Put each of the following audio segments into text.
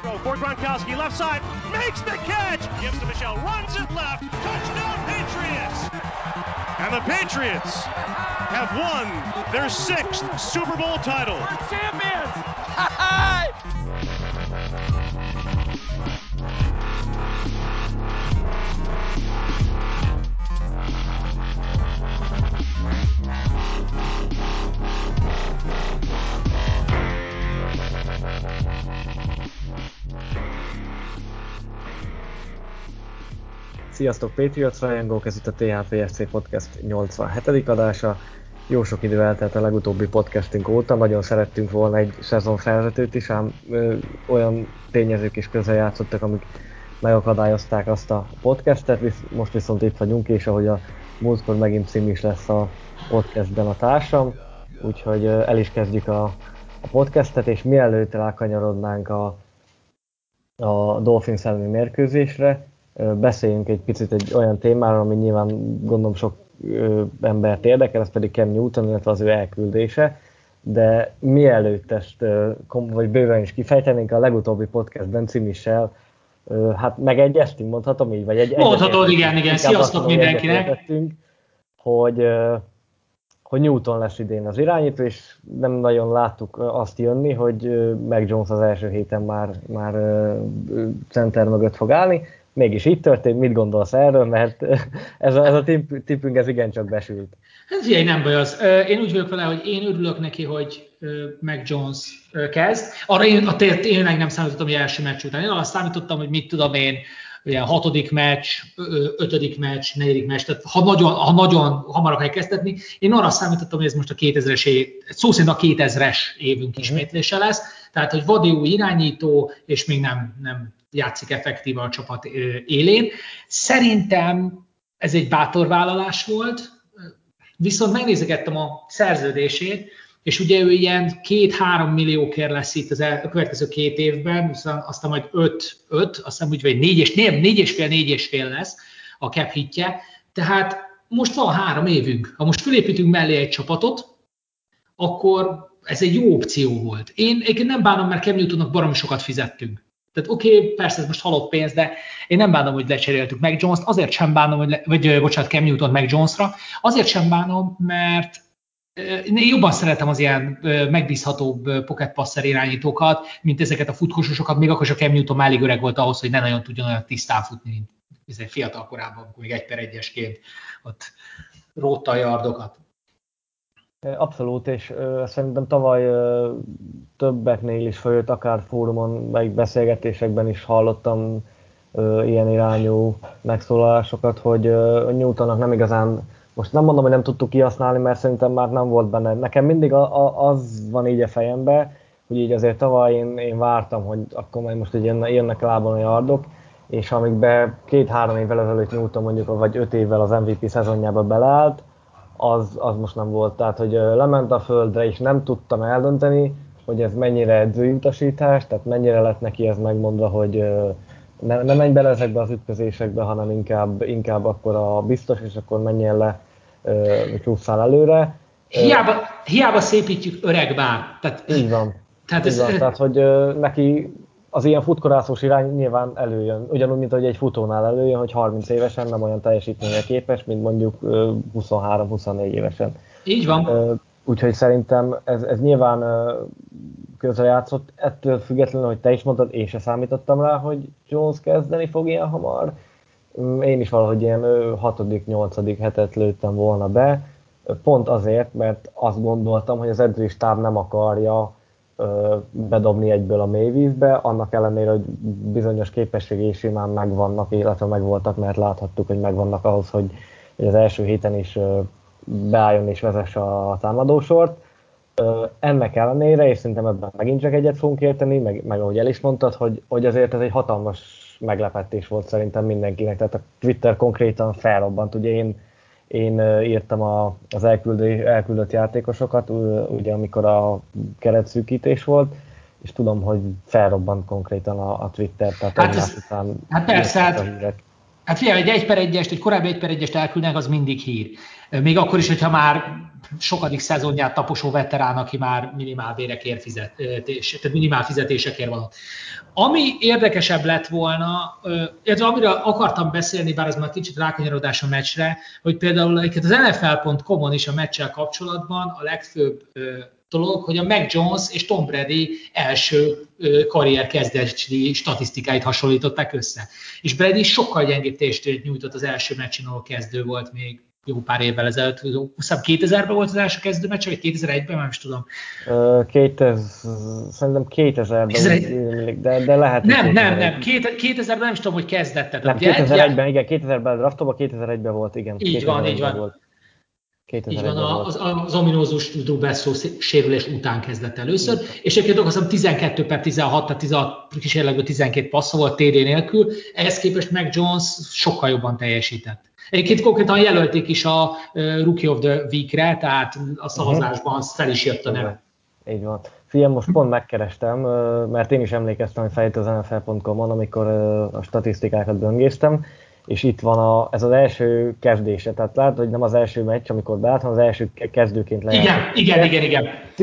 Throw for Gronkowski, left side, makes the catch! Gives to Michel, runs it left, touchdown Patriots! And the Patriots have won their 6th Super Bowl title. We're champions! Sziasztok Patriots rajongók, ez itt a THPSC Podcast 87. adása. Jó sok idő eltelt a legutóbbi podcastünk óta, nagyon szerettünk volna egy szezonfelvezetőt is, ám olyan tényezők is közrejátszottak, amik megakadályozták azt a podcastet, most viszont itt vagyunk, és ahogy a múltkor megint Cím is lesz a podcastben a társam, úgyhogy el is kezdjük a podcastet, és mielőtt rákanyarodnánk a Dolphins elleni mérkőzésre, beszéljünk egy picit egy olyan témáról, ami nyilván gondolom sok embert érdekel, ez pedig Cam Newton, illetve az ő elküldése, de mielőtt ezt vagy bőven is kifejtenénk, a legutóbbi podcastben Cimissel, hát megegyeztünk, mondhatom így, vagy mondhatod, igen, sziasztok mindenkinek! Hogy Newton lesz idén az irányító, és nem nagyon láttuk azt jönni, hogy Mac Jones az első héten már center mögött fog állni. Mégis így történt, mit gondolsz erről, mert ez a tippünk ez igencsak besült. Hát figyelj, nem baj az. Én úgy vagyok vele, hogy én örülök neki, hogy Mac Jones kezd. Arra én tényleg nem számítottam, hogy első meccs után. Én arra számítottam, hogy mit tudom én, ilyen 6. meccs, 5. meccs, 4. meccs, tehát ha nagyon hamar akarják kezdetni, én arra számítottam, hogy ez most a 2000-es év, szó szerint a 2000-es évünk ismétlése lesz, tehát hogy vadi új irányító, és még nem játszik effektívan a csapat élén. Szerintem ez egy bátor vállalás volt, viszont megnézegettem a szerződését, és ugye ő ilyen 2-3 milliókért lesz itt a következő 2 évben, aztán majd 5, aztán úgy vagy 4,5 lesz a cap hitje. Tehát most van 3 évünk. Ha most fölépítünk mellé egy csapatot, akkor ez egy jó opció volt. Én nem bánom, mert Cam Newtonnak baromi sokat fizettünk. Tehát oké, persze ez most halott pénz, de én nem bánom, hogy lecseréltük Mac Jones-t, azért sem bánom, Cam Newton Mac Jonesra, azért sem bánom, mert én jobban szeretem az ilyen megbízhatóbb pocket passer irányítókat, mint ezeket a futkososokat, még akkor is a Cam Newton már elég öreg volt ahhoz, hogy ne nagyon tudjon olyan tisztán futni, mint egy fiatal korában, amikor még 1/1-esként ott rótta a yardokat. Abszolút, és szerintem tavaly többeknél is följött, akár fórumon, meg beszélgetésekben is hallottam ilyen irányú megszólalásokat, hogy Newtonnak nem igazán, most nem mondom, hogy nem tudtuk kihasználni, mert szerintem már nem volt benne. Nekem mindig az van így a fejemben, hogy így azért tavaly én vártam, hogy akkor majd most így jönnek lábon a yardok, és amikbe 2-3 évvel ezelőtt Newton mondjuk, vagy 5 évvel az MVP szezonjába beleállt, az most nem volt. Tehát, hogy lement a földre, és nem tudtam eldönteni, hogy ez mennyire edzői utasítás, tehát mennyire lett neki ez megmondva, hogy ne menj bele ezekbe az ütközésekbe, hanem inkább akkor a biztos, és akkor menjél le, csúszszál előre. Hiába szépítjük öreg bár. Így van. Tehát, hogy neki az ilyen futkorászós irány nyilván előjön, ugyanúgy, mint hogy egy futónál előjön, hogy 30 évesen nem olyan teljesítményre képes, mint mondjuk 23-24 évesen. Így van. Úgyhogy szerintem ez nyilván közrejátszott, ettől függetlenül, hogy te is mondtad, én se számítottam rá, hogy Jones kezdeni fog ilyen hamar. Én is valahogy ilyen 6.-8. hetet lőttem volna be, pont azért, mert azt gondoltam, hogy az edzői stáb nem akarja bedobni egyből a mélyvízbe, annak ellenére, hogy bizonyos képességei simán megvannak, illetve megvoltak, mert láthattuk, hogy megvannak ahhoz, hogy az első héten is beálljon és vezesse a támadósort. Ennek ellenére, és szerintem ebben megint csak egyet fogunk érteni, meg ahogy el is mondtad, hogy azért ez egy hatalmas meglepetés volt szerintem mindenkinek, tehát a Twitter konkrétan felrobbant. Ugye én írtam az elküldött játékosokat, ugye amikor a keretszűkítés volt, és tudom, hogy felrobbant konkrétan a Twitter, tehát hát persze, hát figyelj, egy 1/1-est, egy korábbi 1/1-est elküldnek, az mindig hír. Még akkor is, hogyha már sokadik szezonját taposó veterán, aki már minimál bérekért tehát minimál fizetésekért van ott. Ami érdekesebb lett volna, illetve amiről akartam beszélni, bár az már kicsit rákanyarodás a meccsre, hogy például az NFL.com-on is a meccsel kapcsolatban a legfőbb dolog, hogy a Mac Jones és Tom Brady első karrierkezdeti statisztikáit hasonlították össze. És Brady sokkal gyengébb teljesítményt nyújtott az első meccsen, ahol kezdő volt még jó pár évvel ezelőtt. Hiszem 2000-ben volt az első kezdő meccs, vagy 2001-ben, nem is tudom. Szerintem 2000-ben, de lehet, hogy nem. 2000-ben nem is tudom, hogy kezdett. Nem, 2001-ben, igen, 2000-ben draftolva, 2001-ben volt, igen. Így van. Volt. Így van, az ominózus Drew Bledsoe sérülés után kezdett először, és egyébként azt hiszem 12/16, tehát 16 kísérletből 12 passza volt TD nélkül, ehhez képest Mac Jones sokkal jobban teljesített. Egyébként konkrétan jelölték is a Rookie of the Week-re, tehát a szavazásban fel is jött a neve. Így van. Fiam, most pont megkerestem, mert én is emlékeztem, hogy fejt az NFL.com-on, amikor a statisztikákat böngésztem, és itt van ez az első kezdése, tehát látod, hogy nem az első meccs, amikor beállt, hanem az első kezdőként lejátszott. Igen.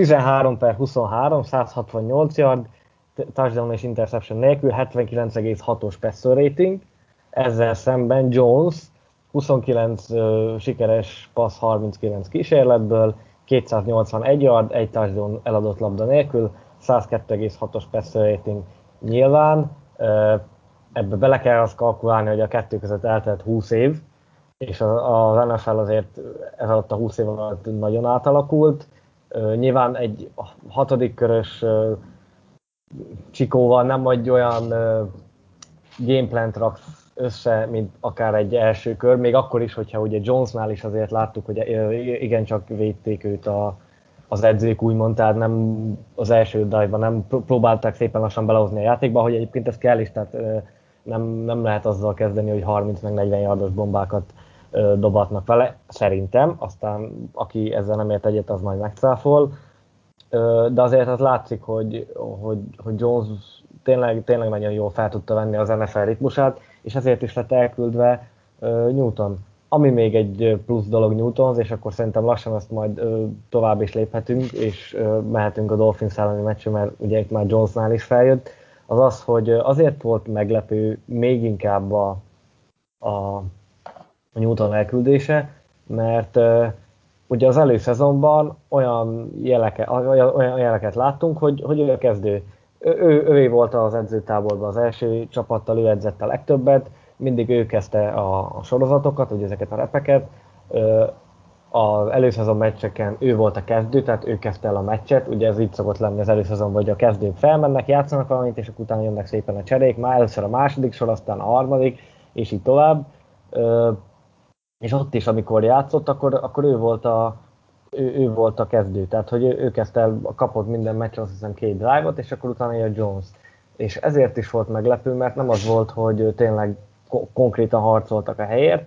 13/23, 168 yard, touchdown és interception nélkül, 79,6-os passer rating, ezzel szemben Jones 29 sikeres passz 39 kísérletből, 281 yard, egy touchdown eladott labda nélkül, 102,6-os passer rating. Nyilván ebbe bele kell azt kalkulálni, hogy a kettő között eltelt 20 év, és az NFL azért ez alatt a 20 év alatt nagyon átalakult. Nyilván egy 6. körös csikóval nem vagy olyan gameplant raksz össze, mint akár egy első kör, még akkor is, hogyha ugye Jonesnál is azért láttuk, hogy igencsak védték őt az edzők úgymond, tehát nem az első dive-ban nem próbálták szépen lassan belehozni a játékba, hogy egyébként ez kell is, tehát nem lehet azzal kezdeni, hogy 30 meg 40 yardos bombákat dobatnak vele, szerintem, aztán aki ezzel nem ért egyet, az majd megcáfol, de azért az látszik, hogy Jones tényleg nagyon jól fel tudta venni az NFL ritmusát, és ezért is lett elküldve Newton. Ami még egy plusz dolog Newtonhoz, és akkor szerintem lassan azt majd tovább is léphetünk, és mehetünk a Dolphins elleni meccsre, mert ugye itt már Jonesnál is feljött, az az, hogy azért volt meglepő még inkább a Newton elküldése, mert ugye az előszezonban olyan jeleket láttunk, hogy ő a kezdő. Ő volt az edzőtáborban az első csapattal, ő edzett a legtöbbet, mindig ő kezdte a sorozatokat, ugye ezeket a repeket. Az előszezon meccseken ő volt a kezdő, tehát ő kezdte el a meccset, ugye ez így szokott lenni az előszezonban, hogy a kezdők felmennek, játszanak valamit, és akkor utána jönnek szépen a cserék, már először a második sor, aztán a harmadik, és így tovább. És ott is, amikor játszott, akkor ő volt a kezdő, tehát hogy ő kezdte el, kapott minden meccsen, azt hiszem 2 drive-ot, és akkor utána jött Jones. És ezért is volt meglepő, mert nem az volt, hogy tényleg konkrétan harcoltak a helyért,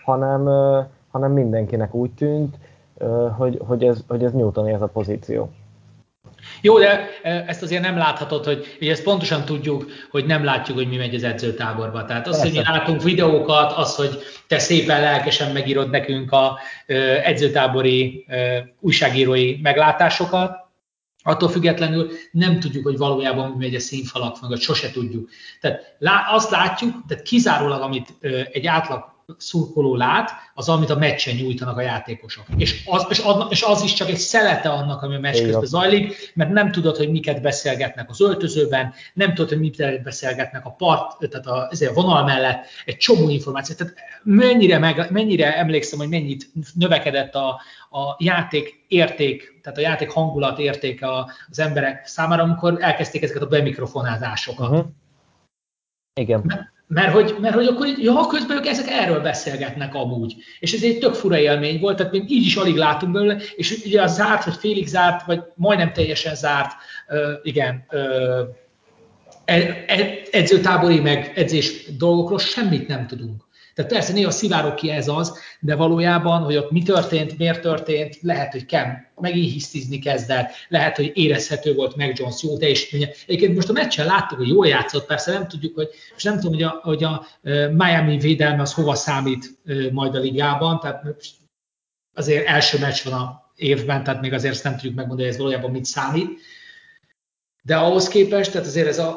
hanem mindenkinek úgy tűnt, hogy ez Newton ez a pozíció. Jó, de ezt azért nem láthatod, hogy ezt pontosan tudjuk, hogy nem látjuk, hogy mi megy az edzőtáborba. Tehát az, hogy mi látunk videókat, az, hogy te szépen lelkesen megírod nekünk az edzőtábori újságírói meglátásokat, attól függetlenül nem tudjuk, hogy valójában mi megy a színfalak mögött, sose tudjuk. Tehát azt látjuk, tehát kizárólag, amit egy átlag szurkoló lát, az, amit a meccsen nyújtanak a játékosok. És az is csak egy szelete annak, ami a meccs közben zajlik, mert nem tudod, hogy miket beszélgetnek az öltözőben, nem tudod, hogy miket beszélgetnek a tehát a vonal mellett, egy csomó információ. Tehát mennyire emlékszem, hogy mennyit növekedett a játék érték, tehát a játék hangulat értéke az emberek számára, amikor elkezdték ezeket a bemikrofonázásokat. Uh-huh. Igen. Mert hogy akkor közben ők ezek erről beszélgetnek amúgy. És ez egy tök fura élmény volt, tehát még így is alig látunk belőle, és ugye a zárt, vagy félig zárt, vagy majdnem teljesen zárt, edzőtábori meg edzés dolgokról semmit nem tudunk. Tehát persze néha szivárok ki ez az, de valójában, hogy ott mi történt, miért történt, lehet, hogy megint hisztizni kezdett, lehet, hogy érezhető volt Mac Jones jó teljesítménye. Egyébként most a meccsen láttuk, hogy jól játszott, persze nem tudjuk, és nem tudom, hogy a Miami védelme az hova számít majd a ligában, tehát azért első meccs van a évben, tehát még azért ezt nem tudjuk megmondani, hogy ez valójában mit számít. De ahhoz képest, tehát azért ez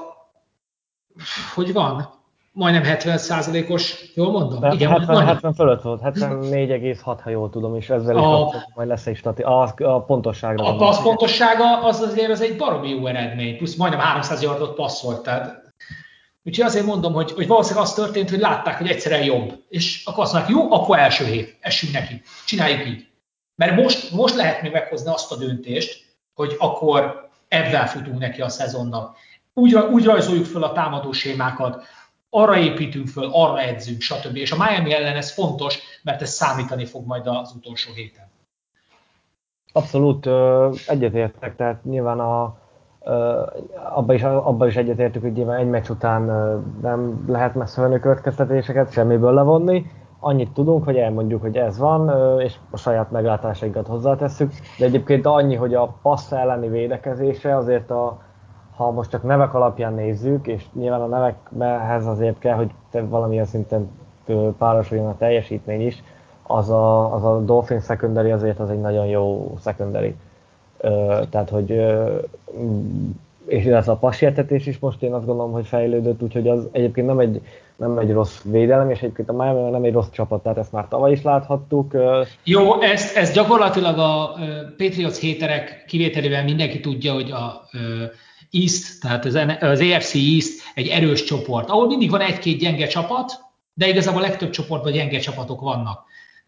hogy van? Majdnem 70%-os, jól mondom? De Igen, 70 fölött volt, 74,6, ha jól tudom, és ezzel is kapcsolatban majd lesz egy a pontosságra. A passz pontossága az azért az egy baromi jó eredmény, plusz majdnem 300 yardot passzolt, tehát úgyhogy azért mondom, hogy valószínűleg az történt, hogy látták, hogy egyszerűen jobb. És akkor azt mondják, jó, akkor első hét, essünk neki, csináljuk így. Mert most lehet még meghozni azt a döntést, hogy akkor ebben futunk neki a szezonnak. Úgy rajzoljuk föl a támadó sémákat, arra építünk föl, arra edzünk, stb. És a Miami ellen ez fontos, mert ez számítani fog majd az utolsó héten. Abszolút egyetértek, tehát nyilván abban is egyetértük, hogy nyilván egy meccs után nem lehet messze menő következtetéseket semmiből levonni. Annyit tudunk, hogy elmondjuk, hogy ez van, és a saját meglátásainkat hozzátesszük, de egyébként annyi, hogy a passz elleni védekezése azért ha most csak nevek alapján nézzük, és nyilván a nevekhez azért kell, hogy valamilyen szinten párosuljon a teljesítmény is, az a Dolphins secondary azért az egy nagyon jó secondary. Tehát, hogy és illetve a passértetés is most én azt gondolom, hogy fejlődött, úgyhogy az egyébként nem egy rossz védelem, és egyébként a Miami nem egy rossz csapat, tehát ezt már tavaly is láthattuk. Jó, ezt gyakorlatilag a Patriots héterek kivételével mindenki tudja, hogy a East, tehát az AFC East egy erős csoport, ahol mindig van egy-két gyenge csapat, de igazából a legtöbb csoportban gyenge csapatok vannak.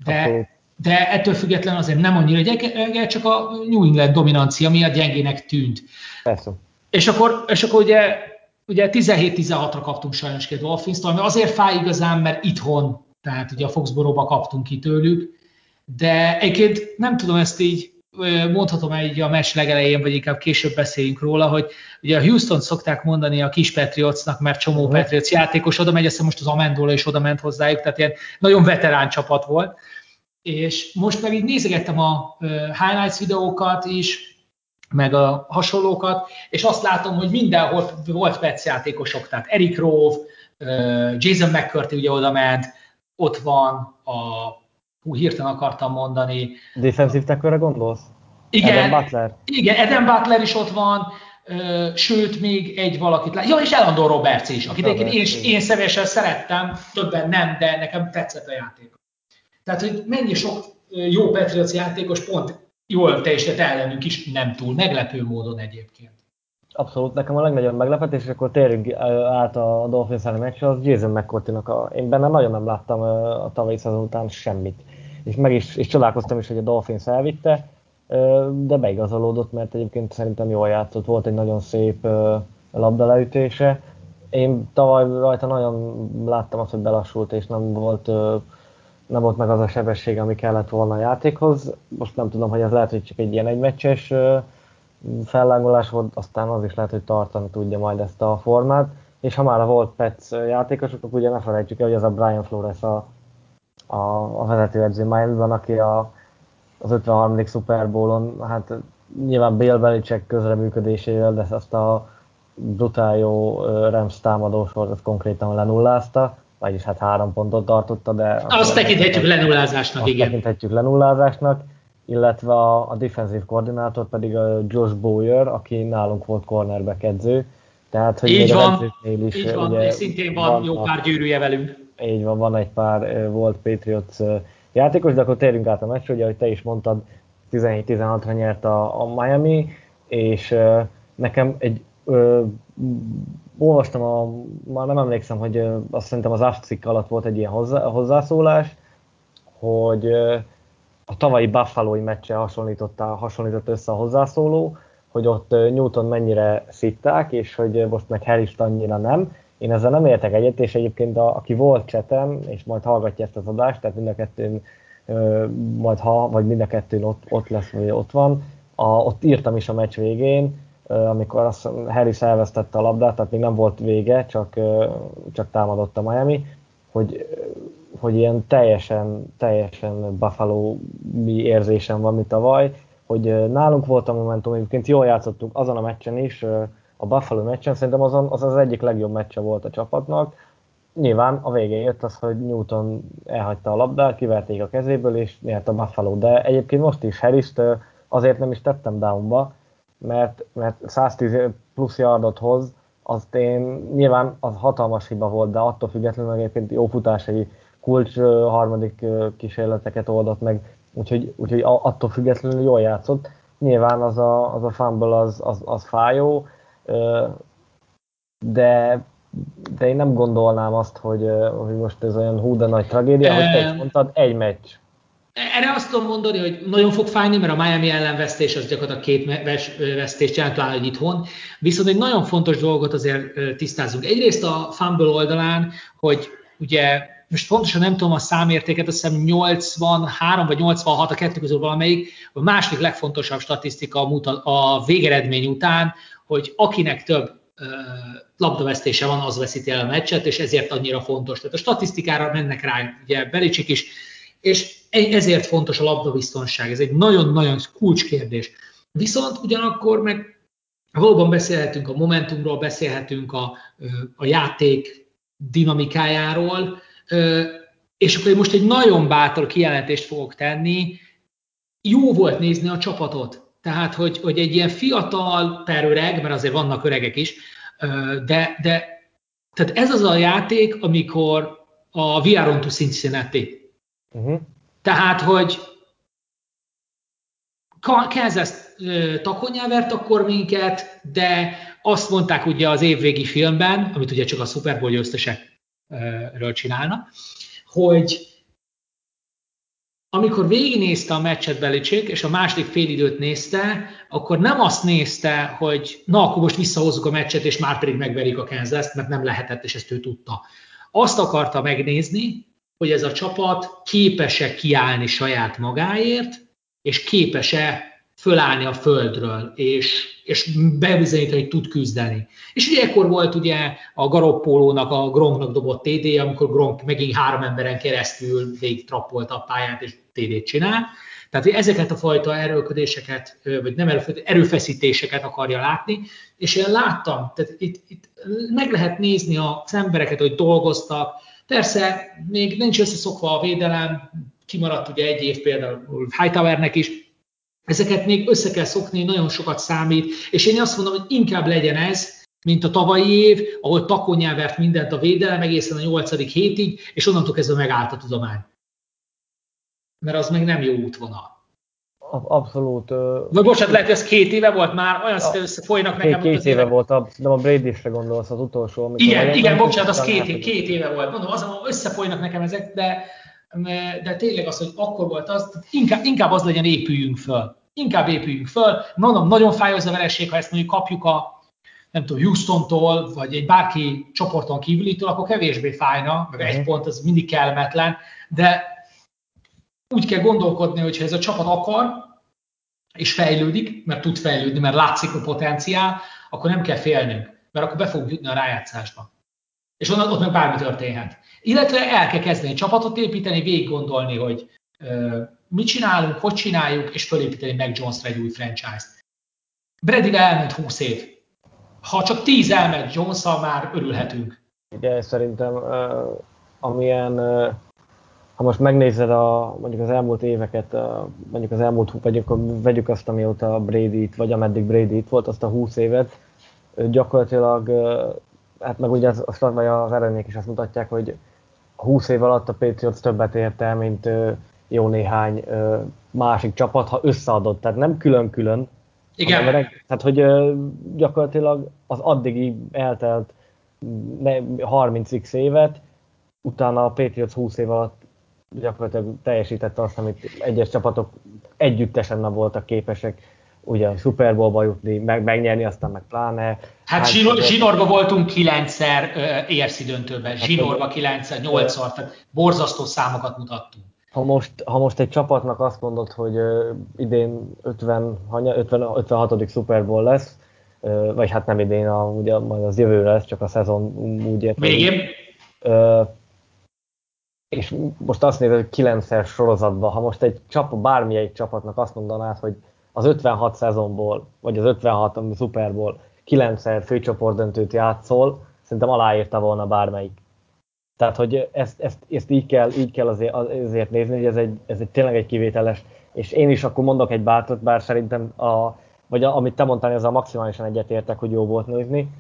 De ettől függetlenül azért nem annyira gyenge, csak a New England dominancia miatt gyengének tűnt. Persze. És akkor ugye 17-16-ra kaptunk sajnos ki a Dolphins-tól, ami azért fáj igazán, mert itthon, tehát ugye a Foxborough-ba kaptunk ki tőlük, de egyébként nem tudom, ezt így mondhatom így a meccs legelején, vagy inkább később beszéljünk róla, hogy ugye a Houston szokták mondani a kis Patriotsnak, mert csomó Patriots játékos oda megy, aztán most az Amendola is oda ment hozzájuk, tehát ilyen nagyon veterán csapat volt. És most meg így nézegettem a highlights videókat is, meg a hasonlókat, és azt látom, hogy mindenhol volt Pets játékosok, tehát Eric Rowe, Jason McCourty ugye oda ment, ott van hirtelen akartam mondani. Defensive tackle-re gondolsz? Igen, Adam Butler? Igen, Adam Butler is ott van, sőt, még egy valakit lát. Ja, és Elandon Roberts is, akit én személyesen szerettem, többen nem, de nekem tetszett a játék. Tehát, hogy mennyi sok jó Patriots játékos pont jól teljesített ellenünk is, nem túl meglepő módon egyébként. Abszolút, nekem a legnagyobb meglepetés, és akkor térjünk át a Dolphins elleni meccsre, az Jason McCourty-nak én benne nagyon nem láttam a tavalyi szezon után semmit. És csodálkoztam is, hogy a Dolphins elvitte, de beigazolódott, mert egyébként szerintem jól játszott, volt egy nagyon szép labdaleütése. Én tavaly rajta nagyon láttam azt, hogy belassult, és nem volt meg az a sebesség, ami kellett volna a játékhoz. Most nem tudom, hogy ez lehet, hogy csak egy ilyen egymeccses fellángolás volt, aztán az is lehet, hogy tartani tudja majd ezt a formát. És ha már volt Pets játékosok, akkor ugye ne felejtsük el, hogy ez a Brian Flores a vezetőedző Miami-ban, aki az 53. Super Bowl-on, hát nyilván Bill Belichick közreműködésével, de azt a brutál jó Rams támadósort, azt konkrétan lenullázta, vagyis hát 3 pontot tartotta, de... Azt tekinthetjük lenullázásnak, igen. Azt tekinthetjük lenullázásnak, illetve a defensív koordinátor pedig a Josh Boyer, aki nálunk volt cornerback edző. Tehát, hogy így van, is, így van, ugye, és szintén van jó pár gyűrűje velünk. Így van egy pár volt Patriots játékos, de akkor térjünk át a meccsre, ugye, ahogy te is mondtad, 17-16-ra nyert a Miami, és nekem olvastam, már nem emlékszem, hogy azt szerintem az cikk alatt volt egy ilyen hozzászólás, hogy a tavalyi Buffalo-i meccsel hasonlított össze a hozzászóló, hogy ott Newton mennyire szitták, és hogy most meg Harris-t annyira nem. Én ezzel nem értek egyet, és egyébként aki volt chaten, és majd hallgatja ezt az adást, tehát mind a kettőn vagy mind a kettőn ott lesz, vagy ott van, ott írtam is a meccs végén, amikor Harris elvesztette a labdát, tehát még nem volt vége, csak támadott a Miami, hogy ilyen teljesen Buffalo-mi érzésem van, mint tavaly, hogy nálunk volt a momentum, egyébként jól játszottunk azon a meccsen is, a Buffalo meccsen, szerintem az egyik legjobb meccse volt a csapatnak, nyilván a végén jött az, hogy Newton elhagyta a labdát, kiverték a kezéből, és nyert a Buffalo. De egyébként most is Harrist azért nem is tettem downba, mert 110 plusz yardot hoz, azt én nyilván az hatalmas hiba volt, de attól függetlenül egyébként jó futásai, kulcs harmadik kísérleteket oldott meg, úgyhogy attól függetlenül jól játszott. Nyilván az a fumble az fájó, de én nem gondolnám azt, hogy most ez olyan hú de nagy tragédia, hogy te is mondtad, egy meccs. Erre azt tudom mondani, hogy nagyon fog fájni, mert a Miami ellenvesztés az gyakorlatilag 2 vesztést jelent, pláne hogy itthon. Viszont egy nagyon fontos dolgot azért tisztázunk. Egyrészt a fumble oldalán, hogy ugye most pontosan nem tudom a számértéket, azt hiszem 83 vagy 86 a kettő közül valamelyik, a második legfontosabb statisztika a végeredmény után, hogy akinek több labdavesztése van, az veszíti el a meccset, és ezért annyira fontos. Tehát a statisztikára mennek rá ugye Belichick is, és ezért fontos a labdabiztonság. Ez egy nagyon-nagyon kulcskérdés. Viszont ugyanakkor meg valóban beszélhetünk a momentumról, beszélhetünk a játék dinamikájáról, és akkor most egy nagyon bátor kijelentést fogok tenni. Jó volt nézni a csapatot. Tehát, hogy egy ilyen fiatal per öreg, mert azért vannak öregek is, de tehát ez az a játék, amikor a We Are On To Cincinnati. Tehát, hogy Kansas takonyá vert akkor minket, de azt mondták ugye az évvégi filmben, amit ugye csak a Super Bowl győztesekről csinálnak, hogy amikor végignézte a meccset Belichick, és a második félidőt nézte, akkor nem azt nézte, hogy na, akkor most visszahozzuk a meccset, és már pedig megverik a Kansas-t, mert nem lehetett, és ezt ő tudta. Azt akarta megnézni, hogy ez a csapat képes-e kiállni saját magáért, és képes-e fölállni a földről, és bebizonyítani, hogy tud küzdeni. És ugye ekkor volt ugye a Garoppolónak, a Gronknak dobott TD-je, amikor Gronk megint 3 emberen keresztül végig trappolta a pályát, és TD-t csinál. Tehát ezeket a fajta erőlködéseket, vagy nem erőfeszítéseket akarja látni, és én láttam, tehát itt meg lehet nézni az embereket, hogy dolgoztak. Persze, még nincs összeszokva a védelem, kimaradt ugye 1 év például Hightowernek is, ezeket még össze kell szokni, nagyon sokat számít, és én azt mondom, hogy inkább legyen ez, mint a tavalyi év, ahol takonyá vert mindent a védelem egészen a 8. hétig, és onnantól kezdve megállt a tudomány. Mert az meg nem jó útvonal. Abszolút. Vagy bocsánat, lehet, hogy ez 2 éve volt már, olyan szinte összefolynak nekem. 2 éve volt, de a Brady-sre gondolsz, az utolsó. Igen, bocsánat, az 2 éve volt. Mondom, azon összefolynak nekem ezek, de tényleg az, hogy akkor volt az, inkább az legyen, épüljünk föl. Inkább épüljünk föl. Mondom, nagyon fáj az a vereség, ha ezt mondjuk kapjuk nem tudom, Houstontól, vagy egy bárki csoporton kívülitől, akkor kevésbé fájna, meg 1 pont, az mindig kellemetlen, de úgy kell gondolkodni, hogy ha ez a csapat akar, és fejlődik, mert tud fejlődni, mert látszik a potenciál, akkor nem kell félnünk, mert akkor be fogunk jutni a rájátszásba. És ott meg bármi történhet. Illetve el kell kezdeni csapatot építeni, végig gondolni, hogy mit csinálunk, hogy csináljuk, és fölépíteni meg Jonesra egy új franchise-t. Bradyvel elment 20 év. Ha csak 10 elment Jones-szal, már örülhetünk. Ugye szerintem amilyen, ha most megnézed mondjuk az elmúlt éveket, mondjuk az elmúlt, vegyük azt, amióta Brady-t, vagy ameddig Brady-t volt, azt a 20 évet, gyakorlatilag, hát meg ugye az eredmények is azt mutatják, hogy 20 év alatt a Patriots többet ért el, mint jó néhány másik csapat, ha összeadott, tehát nem külön-külön. Igen. Tehát, hogy gyakorlatilag az addigi eltelt 30x évet, utána a Patriots 20 év alatt gyakorlatilag teljesítette azt, amit egyes csapatok együttesen voltak képesek, ugye a Super Bowl-ba jutni, megnyerni, aztán meg pláne. Hát zsinórba voltunk 9-szer AFC döntőben, zsinórba 9-szer, 8-szor, tehát borzasztó számokat mutattunk. Ha most egy csapatnak azt mondod, hogy idén 56. Super Bowl lesz, vagy hát nem idén, ugye majd az jövőre lesz, csak a szezon úgy ért. Végén. És most azt nézed, hogy 9-szer sorozatban, ha most bármilyen csapatnak azt mondanád, hogy az 56 szezonból, vagy az 56 Super Bowl 9-szer főcsoportdöntőt játszol, szerintem aláírta volna bármelyik. Tehát, hogy ezt így kell azért nézni, hogy ez egy tényleg egy kivételes, és én is akkor mondok egy bátrat, bár szerintem amit te mondtál, az a maximálisan egyetértek, hogy jó volt nézni.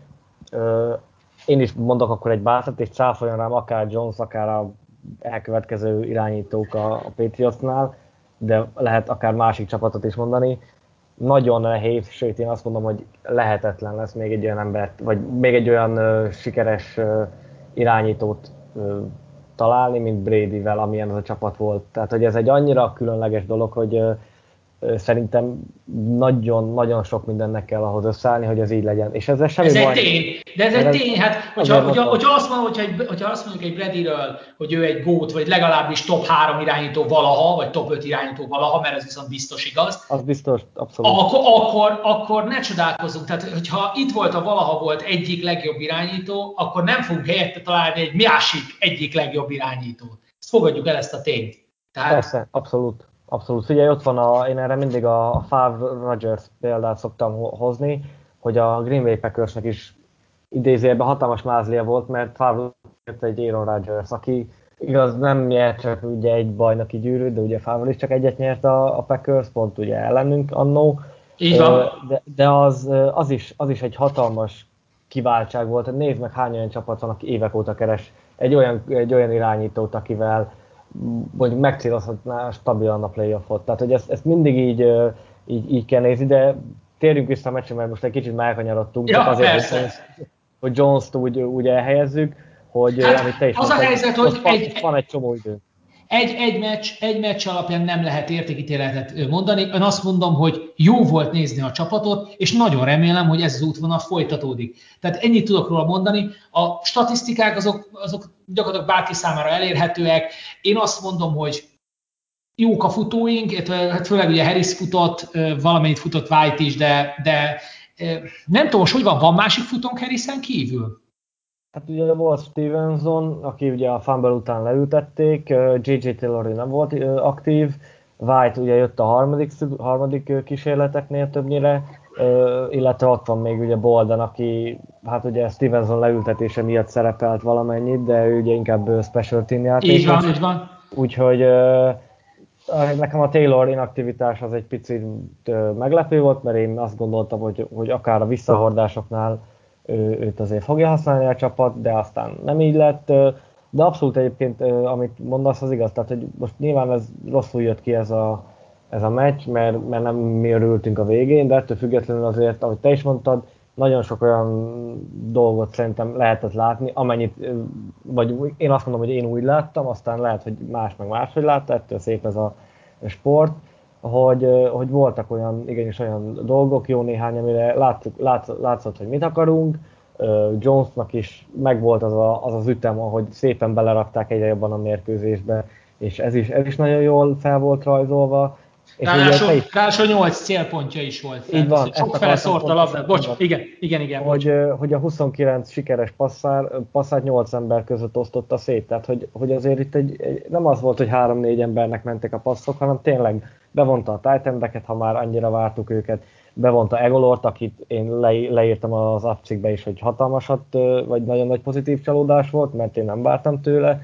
Én is mondok akkor egy bátrat, és cáfoljon rám akár Jones, akár a elkövetkező irányítók a Patriotsnál, de lehet akár másik csapatot is mondani. Nagyon nehéz, sőt én azt mondom, hogy lehetetlen lesz még egy olyan embert, vagy még egy olyan sikeres irányítót találni, mint Bradyvel, amilyen az a csapat volt. Tehát, hogy ez egy annyira különleges dolog, hogy szerintem nagyon sok mindennek kell ahhoz összeállni, hogy ez így legyen. És ezzel semmi baj. Ez egy tény. Hát, hogyha azt mondjuk egy Bradyről, hogy ő egy GOAT, vagy legalábbis top 3 irányító valaha, vagy top 5 irányító valaha, mert ez viszont biztos igaz. Az biztos, abszolút. Akkor ne csodálkozzunk. Tehát, hogyha itt volt a valaha volt egyik legjobb irányító, akkor nem fogunk helyette találni egy másik egyik legjobb irányítót. Ezt fogadjuk el, ezt a tényt. Tehát... Persze, abszolút. Abszolút. Figyelj, ott van én erre mindig a Favre Rodgers példát szoktam hozni, hogy a Green Bay Packersnek is idézőjelben hatalmas mázlia volt, mert Favre egy Aaron Rodgers, aki igaz nem nyert csak ugye egy bajnoki gyűrűt, de ugye Favre is csak egyet nyert a Packers, pont ugye ellenünk annó. Így van. De az is egy hatalmas kiváltság volt. Nézd meg, hány olyan csapat van, aki évek óta keres egy olyan irányítót, akivel mondjuk megcélozhatná stabilan a playoffot. Tehát, hogy ezt mindig így kell nézni, de térjünk vissza a meccsre, mert most egy kicsit elkanyarodtunk. Ja, azért, hogy Jones-t úgy elhelyezzük, hogy amit te is az mondtad, a helyzet, hogy van egy csomó idő. Egy meccs alapján nem lehet értékítéletet mondani. Én azt mondom, hogy jó volt nézni a csapatot, és nagyon remélem, hogy ez az útvonal folytatódik. Tehát ennyit tudok róla mondani. A statisztikák azok gyakorlatilag bárki számára elérhetőek. Én azt mondom, hogy jók a futóink, főleg ugye Harris futott, valamennyit futott White is, de nem tudom, hogy van másik futónk Harrisen kívül? Hát ugye volt Stevenson, aki ugye a fumble után leültették, J.J. Taylor nem volt aktív, White ugye jött a harmadik kísérleteknél többnyire, illetve ott van még ugye Bolden, aki hát ugye Stevenson leültetése miatt szerepelt valamennyit, de ő ugye inkább special team játékos. Így van. Úgyhogy nekem a Taylor inaktivitás az egy picit meglepő volt, mert én azt gondoltam, hogy akár a visszahordásoknál őt azért fogja használni a csapat, de aztán nem így lett. De abszolút egyébként, amit mondasz, az igaz. Tehát, hogy most nyilván ez rosszul jött ki ez a meccs, mert nem mi örültünk a végén, de ettől függetlenül azért, ahogy te is mondtad, nagyon sok olyan dolgot szerintem lehetett látni, amennyit, vagy én azt mondom, hogy én úgy láttam, aztán lehet, hogy más meg máshogy látta, ettől szép ez a sport, hogy voltak igenis olyan dolgok, jó néhány, amire látszott, hogy mit akarunk. Jonesnak is megvolt az ütem, ahogy szépen belerakták egyre jobban a mérkőzésbe, és ez is nagyon jól fel volt rajzolva. Ráadásul 8 célpontja is volt. Így van. Sokfele szórt a labdát. Bocs, igen. Hogy a 29 sikeres passzát 8 ember között osztotta szét. Tehát, hogy azért itt nem az volt, hogy 3-4 embernek mentek a passzok, hanem tényleg bevonta a tight endeket, ha már annyira vártuk őket, bevonta Egolort, akit én leírtam az abcikbe is, hogy hatalmasat, vagy nagyon nagy pozitív csalódás volt, mert én nem vártam tőle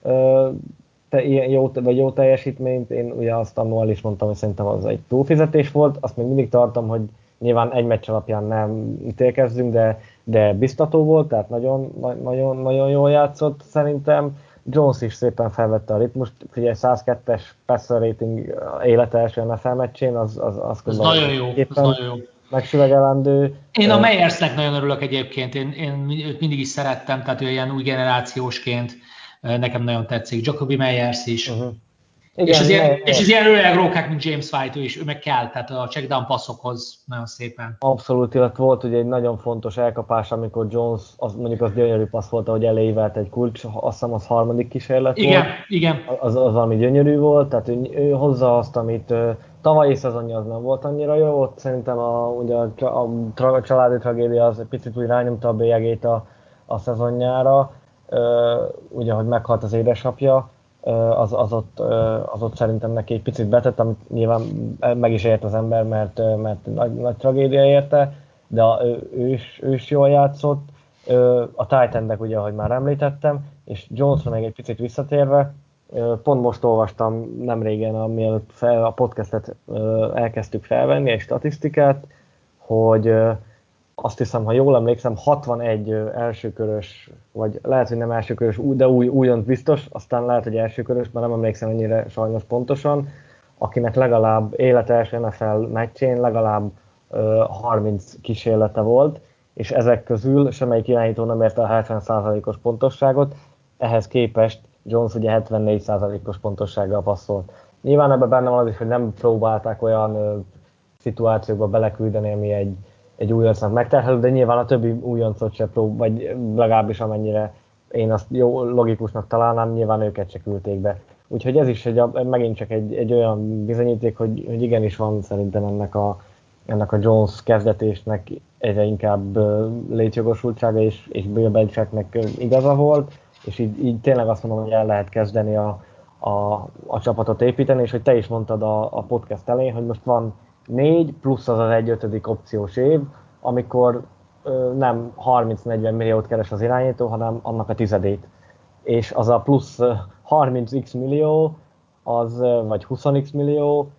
jó teljesítményt. Én ugye azt annól is mondtam, hogy szerintem az egy túlfizetés volt, azt még mindig tartom, hogy nyilván egy meccs alapján nem ítélkezzünk, de biztató volt, tehát nagyon jól játszott szerintem. Jones is szépen felvette a ritmust, figyelj, 102-es passer rating élete első NFL meccsén, az nagyon jó. Megsüvegelendő. Én a Meyersnek nagyon örülök egyébként, én őt mindig is szerettem, tehát ő ilyen új generációsként nekem nagyon tetszik. Jacoby Meyers is. Uh-huh. Igen, és az ilyen öreg rókák, mint James White, ő meg kell, tehát a checkdown passzokhoz nagyon szépen. Abszolút, illetve volt ugye egy nagyon fontos elkapás, amikor Jones, mondjuk az gyönyörű passz volt, ahogy elévelt egy kulcs, azt hiszem az harmadik kísérlet volt. Igen. Az valami gyönyörű volt, tehát ő hozza azt, amit tavalyi szezonja az nem volt annyira jó, ott szerintem ugye a családi tragédia az egy picit úgy rányomta a bélyegét a szezonjára, ugye, hogy meghalt az édesapja, az ott szerintem neki egy picit betett, amit nyilván meg is ért az ember, mert nagy tragédia érte, de ő is jól játszott. A tight endek, ugye, ahogy már említettem, és Jonesra meg egy picit visszatérve, pont most olvastam nem régen, mielőtt a podcastet elkezdtük felvenni, egy statisztikát, hogy azt hiszem, ha jól emlékszem, 61 elsőkörös, vagy lehet, hogy nem elsőkörös, de újonc biztos, aztán lehet, hogy elsőkörös, mert nem emlékszem ennyire sajnos pontosan, akinek legalább élete első NFL meccsén legalább 30 kísérlete volt, és ezek közül semmelyik irányító nem érte a 70%-os pontosságot, ehhez képest Jones ugye 74%-os pontossággal passzolt. Nyilván ebben benne van az is, hogy nem próbálták olyan szituációkba beleküldeni, ami egy újoncnak megterhelő, de nyilván a többi újoncot se vagy legalábbis amennyire én azt jó logikusnak találnám, nyilván őket se küldték be. Úgyhogy ez is megint csak egy olyan bizonyíték, hogy igenis van szerintem ennek a Jones kezdetésnek egyre inkább létjogosultsága, és Bill Belichicknek igaza volt, és így tényleg azt mondom, hogy el lehet kezdeni a csapatot építeni, és hogy te is mondtad a podcast elején, hogy most van 4 plusz az 1/5 opciós év, amikor nem 30-40 milliót keres az irányító, hanem annak a tizedét. És az a plusz 30x millió, vagy 20x millió,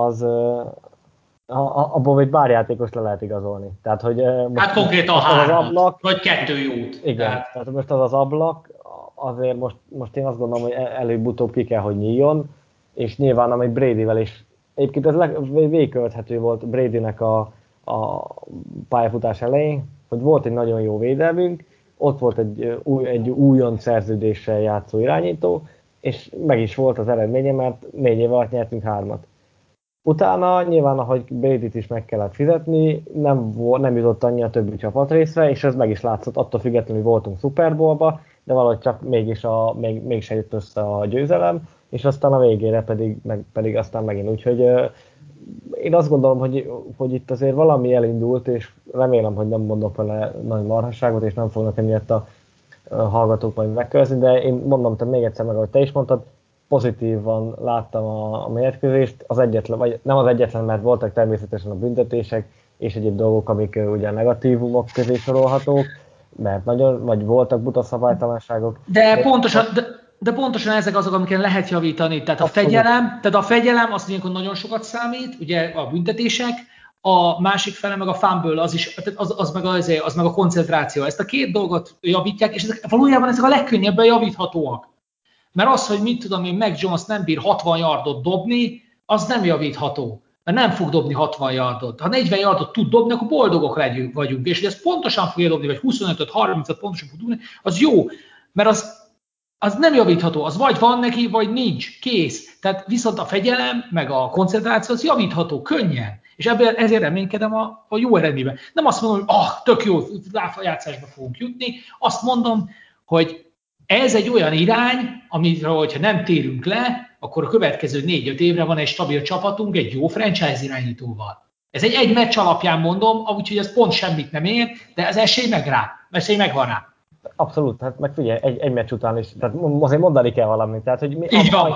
abból egy bárjátékos le lehet igazolni. Tehát, hogy most hát konkrétan az ablak, vagy 2 jót. Igen, tehát most az ablak, azért most én azt gondolom, hogy előbb-utóbb ki kell, hogy nyíljon, és nyilván amit Bradyvel is, egyébként ez végigkövethető volt Bradynek a pályafutás elején, hogy volt egy nagyon jó védelmünk, ott volt egy újon szerződéssel játszó irányító, és meg is volt az eredménye, mert 4 év alatt nyertünk 3-at. Utána nyilván, ahogy Bradyt is meg kellett fizetni, nem jutott annyi a többi csapat részre, és ez meg is látszott, attól függetlenül voltunk Super Bowlba, de valahogy csak mégse jött össze a győzelem, és aztán a végére pedig aztán megint. Úgyhogy én azt gondolom, hogy itt azért valami elindult, és remélem, hogy nem mondok vele nagy marhasságot, és nem fognak emiatt a hallgatók majd megkövezni, de én mondom te még egyszer meg, ahogy te is mondtad, pozitívan láttam a mérkőzést, vagy nem az egyetlen, mert voltak természetesen a büntetések, és egyéb dolgok, amik ugye negatívumok közé sorolhatók, mert vagy voltak buta szabálytalanságok. De pontosan ezek azok, amiken lehet javítani. Tehát a fegyelem azt mondjuk, hogy nagyon sokat számít, ugye a büntetések, a másik fele meg a fumble, az meg a koncentráció. Ezt a két dolgot javítják, és valójában ezek a legkönnyebben javíthatóak. Mert az, hogy mit tudom én, Mac Jones nem bír 60 yardot dobni, az nem javítható. Mert nem fog dobni 60 yardot. Ha 40 yardot tud dobni, akkor boldogok vagyunk. És hogy ezt pontosan fogja dobni, vagy 25-öt, 30-at pontosan fog dobni, az jó. Mert az nem javítható. Az vagy van neki, vagy nincs. Kész. Tehát viszont a fegyelem, meg a koncentráció, az javítható, könnyen. És ezért reménykedem a jó eredményben. Nem azt mondom, hogy tök jó, láfajátszásba fogunk jutni. Azt mondom, hogy ez egy olyan irány, amiről, hogyha nem térünk le, akkor a következő 4-5 évre van egy stabil csapatunk egy jó franchise irányítóval. Ez egy meccs alapján mondom, úgyhogy ez pont semmit nem ér, de az esély megvan rá. Abszolút, hát meg figyelj, egy meccs után is, tehát azért mondani kell valamit, tehát hogy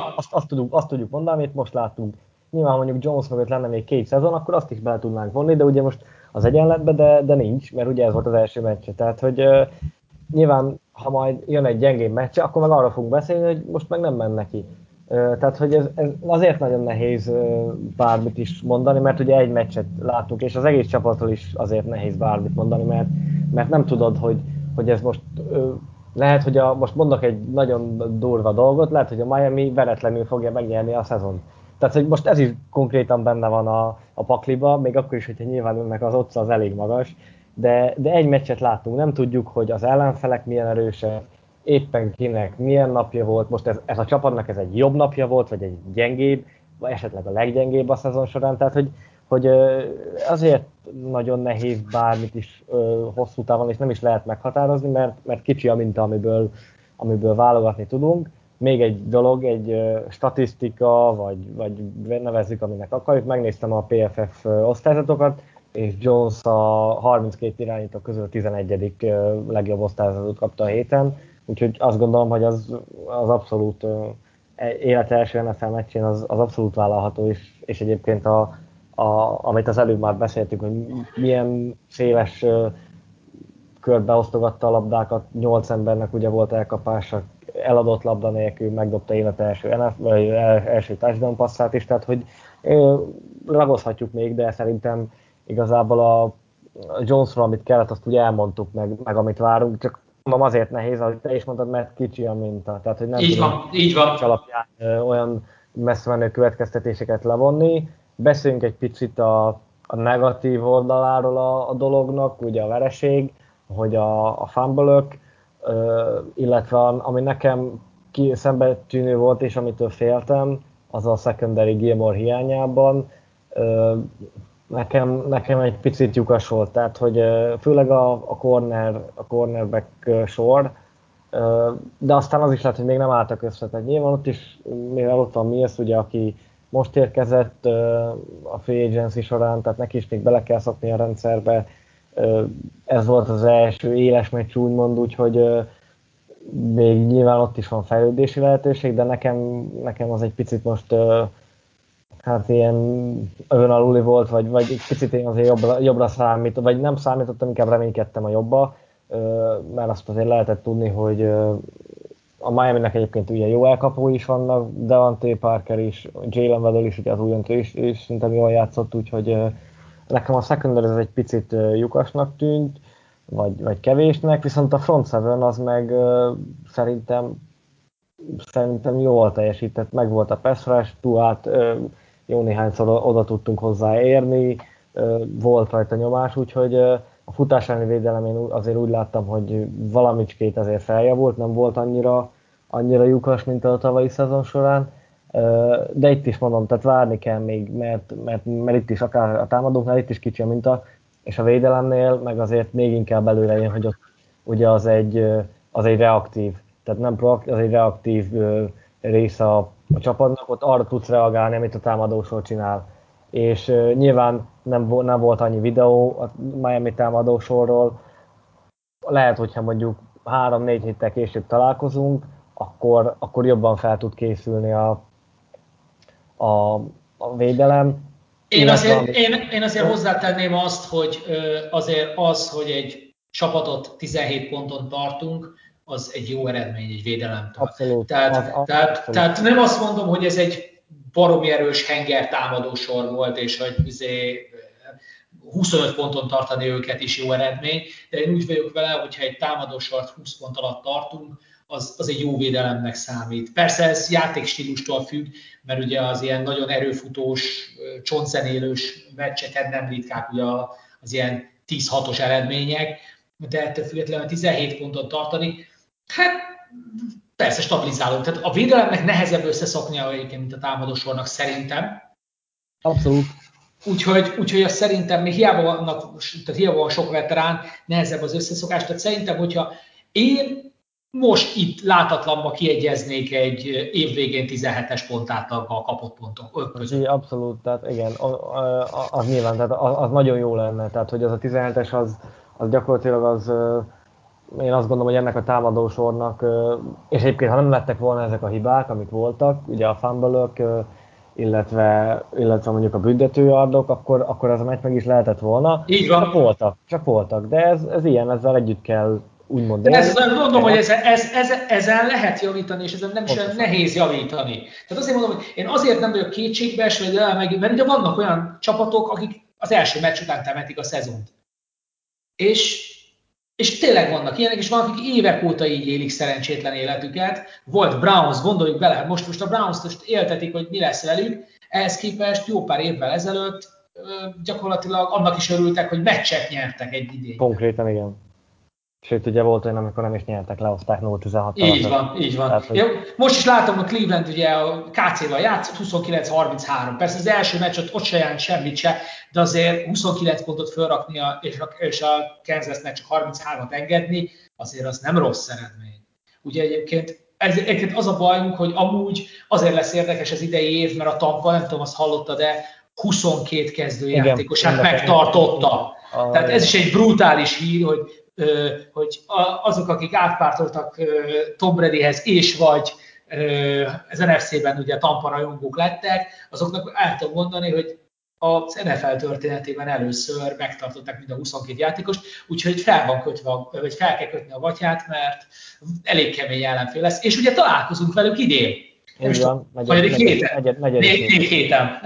azt tudjuk mondani, amit most láttunk. Nyilván mondjuk Jones mögött lenne még 2 szezon, akkor azt is bele tudnánk vonni, de ugye most az egyenletben, de nincs, mert ugye ez volt az első meccse. Tehát, hogy nyilván, ha majd jön egy gyengébb meccse, akkor meg arra fogunk beszélni, hogy most meg nem ment neki. Tehát, hogy ez azért nagyon nehéz bármit is mondani, mert ugye egy meccset láttunk, és az egész csapatról is azért nehéz bármit mondani, mert nem tudod, hogy ez most lehet, hogy most mondok egy nagyon durva dolgot, lehet, hogy a Miami veretlenül fogja megnyerni a szezon. Tehát, hogy most ez is konkrétan benne van a pakliba, még akkor is, hogyha nyilván önnek az odds az elég magas, de egy meccset láttunk, nem tudjuk, hogy az ellenfelek milyen erősek, éppen kinek milyen napja volt, most ez a csapatnak ez egy jobb napja volt, vagy egy gyengébb, vagy esetleg a leggyengébb a szezon során, tehát hogy azért nagyon nehéz bármit is hosszú távon, és nem is lehet meghatározni, mert kicsi a minta, amiből válogatni tudunk. Még egy dolog, egy statisztika, vagy nevezzük, aminek akarjuk, megnéztem a PFF osztályzatokat, és Jones a 32 irányító közül 11. legjobb osztályzatot kapta a héten, úgyhogy azt gondolom, hogy az abszolút élet első NFL meccsén az abszolút vállalható, és egyébként amit az előbb már beszéltünk, hogy milyen széles körbe osztogatta a labdákat, 8 embernek ugye volt elkapása, eladott labda nélkül megdobta élet első touchdown passzát is, tehát hogy ragozhatjuk még, de szerintem igazából a Jonesról, amit kellett, azt ugye elmondtuk meg amit várunk, csak mondom azért nehéz, ahogy te is mondtad, mert kicsi a minta, tehát hogy nem így van. Alapján olyan messze menő következtetéseket levonni. Beszéljünk egy picit a negatív oldaláról a dolognak, ugye a vereség, hogy a fumble-ök, illetve ami nekem szembetűnő volt, és amitől féltem, az a secondary Gilmore hiányában. Nekem egy picit lyukas volt, tehát hogy főleg a cornerback sor, de aztán az is lehet, hogy még nem álltak össze. Tehát nyilván ott is, mivel ott van Mills, ugye, aki most érkezett a free agency során, tehát neki is még bele kell szokni a rendszerbe. Ez volt az első éles meccs úgymond, úgyhogy még nyilván ott is van fejlődési lehetőség, de nekem az egy picit most hát ilyen ön aluli volt, vagy egy picit én azért jobbra számítottam, vagy nem számítottam, inkább reménykedtem a jobba, mert azt azért lehetett tudni, hogy a Miami-nek egyébként ugye jó elkapói is vannak, Devontae Parker is, Jalen Waddle is, ugye az újontő is szerintem jól játszott, úgyhogy nekem a secondary ez egy picit lyukasnak tűnt, vagy kevésnek, viszont a front seven az meg szerintem jól teljesített, meg volt a pass rush, Tuát jó néhányszor oda tudtunk hozzá érni, volt rajta nyomás, úgyhogy a futás elleni védelem én azért úgy láttam, hogy valamicskét azért feljavult, nem volt annyira lyukas, mint a tavalyi szezon során, de itt is mondom, tehát várni kell még, mert itt is akár a támadóknál itt is kicsi a minta, és a védelemnél meg azért még inkább előre jön, hogy ott ugye az egy reaktív, tehát nem proaktív, az egy reaktív része a csapatnak, ott arra tudsz reagálni, amit a támadósor csinál. És nyilván nem volt annyi videó a Miami támadósorról. Lehet, hogyha mondjuk 3-4 héttel később találkozunk, akkor jobban fel tud készülni a védelem. Én azért hozzátenném azt, hogy azért az, hogy egy csapatot 17 ponton tartunk, az egy jó eredmény egy védelemtől. Abszolút. Tehát nem azt mondom, hogy ez egy baromi erős henger támadó sor volt, és hogy 25 ponton tartani őket is jó eredmény, de én úgy vagyok vele, hogyha egy támadósort 20 pont alatt tartunk, az egy jó védelemnek számít. Persze ez játékstílustól függ, mert ugye az ilyen nagyon erőfutós, csontzenélős meccseken nem ritkák ugye az ilyen 10-6-os eredmények, de ettől függetlenül 17 pontot tartani, hát persze stabilizáló. Tehát a védelemnek nehezebb összeszoknia egyébként, mint a támadósornak szerintem. Abszolút. Úgyhogy azt szerintem még hiába van sok veterán, nehezebb az összeszokás. Tehát szerintem, hogyha én most itt látatlanba kiegyeznék egy évvégén 17-es pontátlaggal kapott pontok között. Abszolút, tehát igen, az nyilván, tehát az nagyon jó lenne, tehát hogy az a 17-es az gyakorlatilag az, én azt gondolom, hogy ennek a támadósornak, és egyébként ha nem lettek volna ezek a hibák, amik voltak, ugye a fumble-ök, illetve mondjuk a büntetőyardok, akkor ez a meccs meg is lehetett volna. Így van. Csak voltak, de ez ilyen, ezzel együtt kell úgymond élni. Ez az, mondom, hogy ezen lehet javítani, és ezen nem is nehéz javítani. Tehát azért mondom, hogy én azért nem vagyok kétségbeesve, mert ugye vannak olyan csapatok, akik az első meccs után temetik a szezont. És tényleg vannak ilyenek, és vannak, akik évek óta így élik szerencsétlen életüket. Volt Browns, gondoljuk bele, most a Browns-t éltetik, hogy mi lesz velük. Ehhez képest jó pár évvel ezelőtt gyakorlatilag annak is örültek, hogy meccset nyertek egy idén. Konkrétan igen. Sőt, ugye volt olyan, amikor nem is nyertek, lehozták 0-16-tal. Így van. Tehát, hogy... Most is látom, hogy Cleveland ugye a KC-val játszott, 29-33. Persze az első meccs ott se jelent semmit se, de azért 29 pontot fölraknia, és a Kansasnek csak 33-at engedni, azért az nem rossz eredmény. Ugye egyébként az a bajunk, hogy amúgy azért lesz érdekes az idei év, mert a Tampa, nem tudom, azt hallottad, de 22 kezdőjátékosát megtartotta. Tehát ez is egy brutális hír, hogy azok, akik átpártoltak Tom Bradyhez, és vagy az NFC-ben ugye Tampa rajongók lettek, azoknak el tudom mondani, hogy az NFL történetében először megtartották mind a 22 játékost, úgyhogy fel van kötve, vagy fel kell kötni a gatyát, mert elég kemény ellenfél lesz. És ugye találkozunk velük idén. Így van, negyedik héten.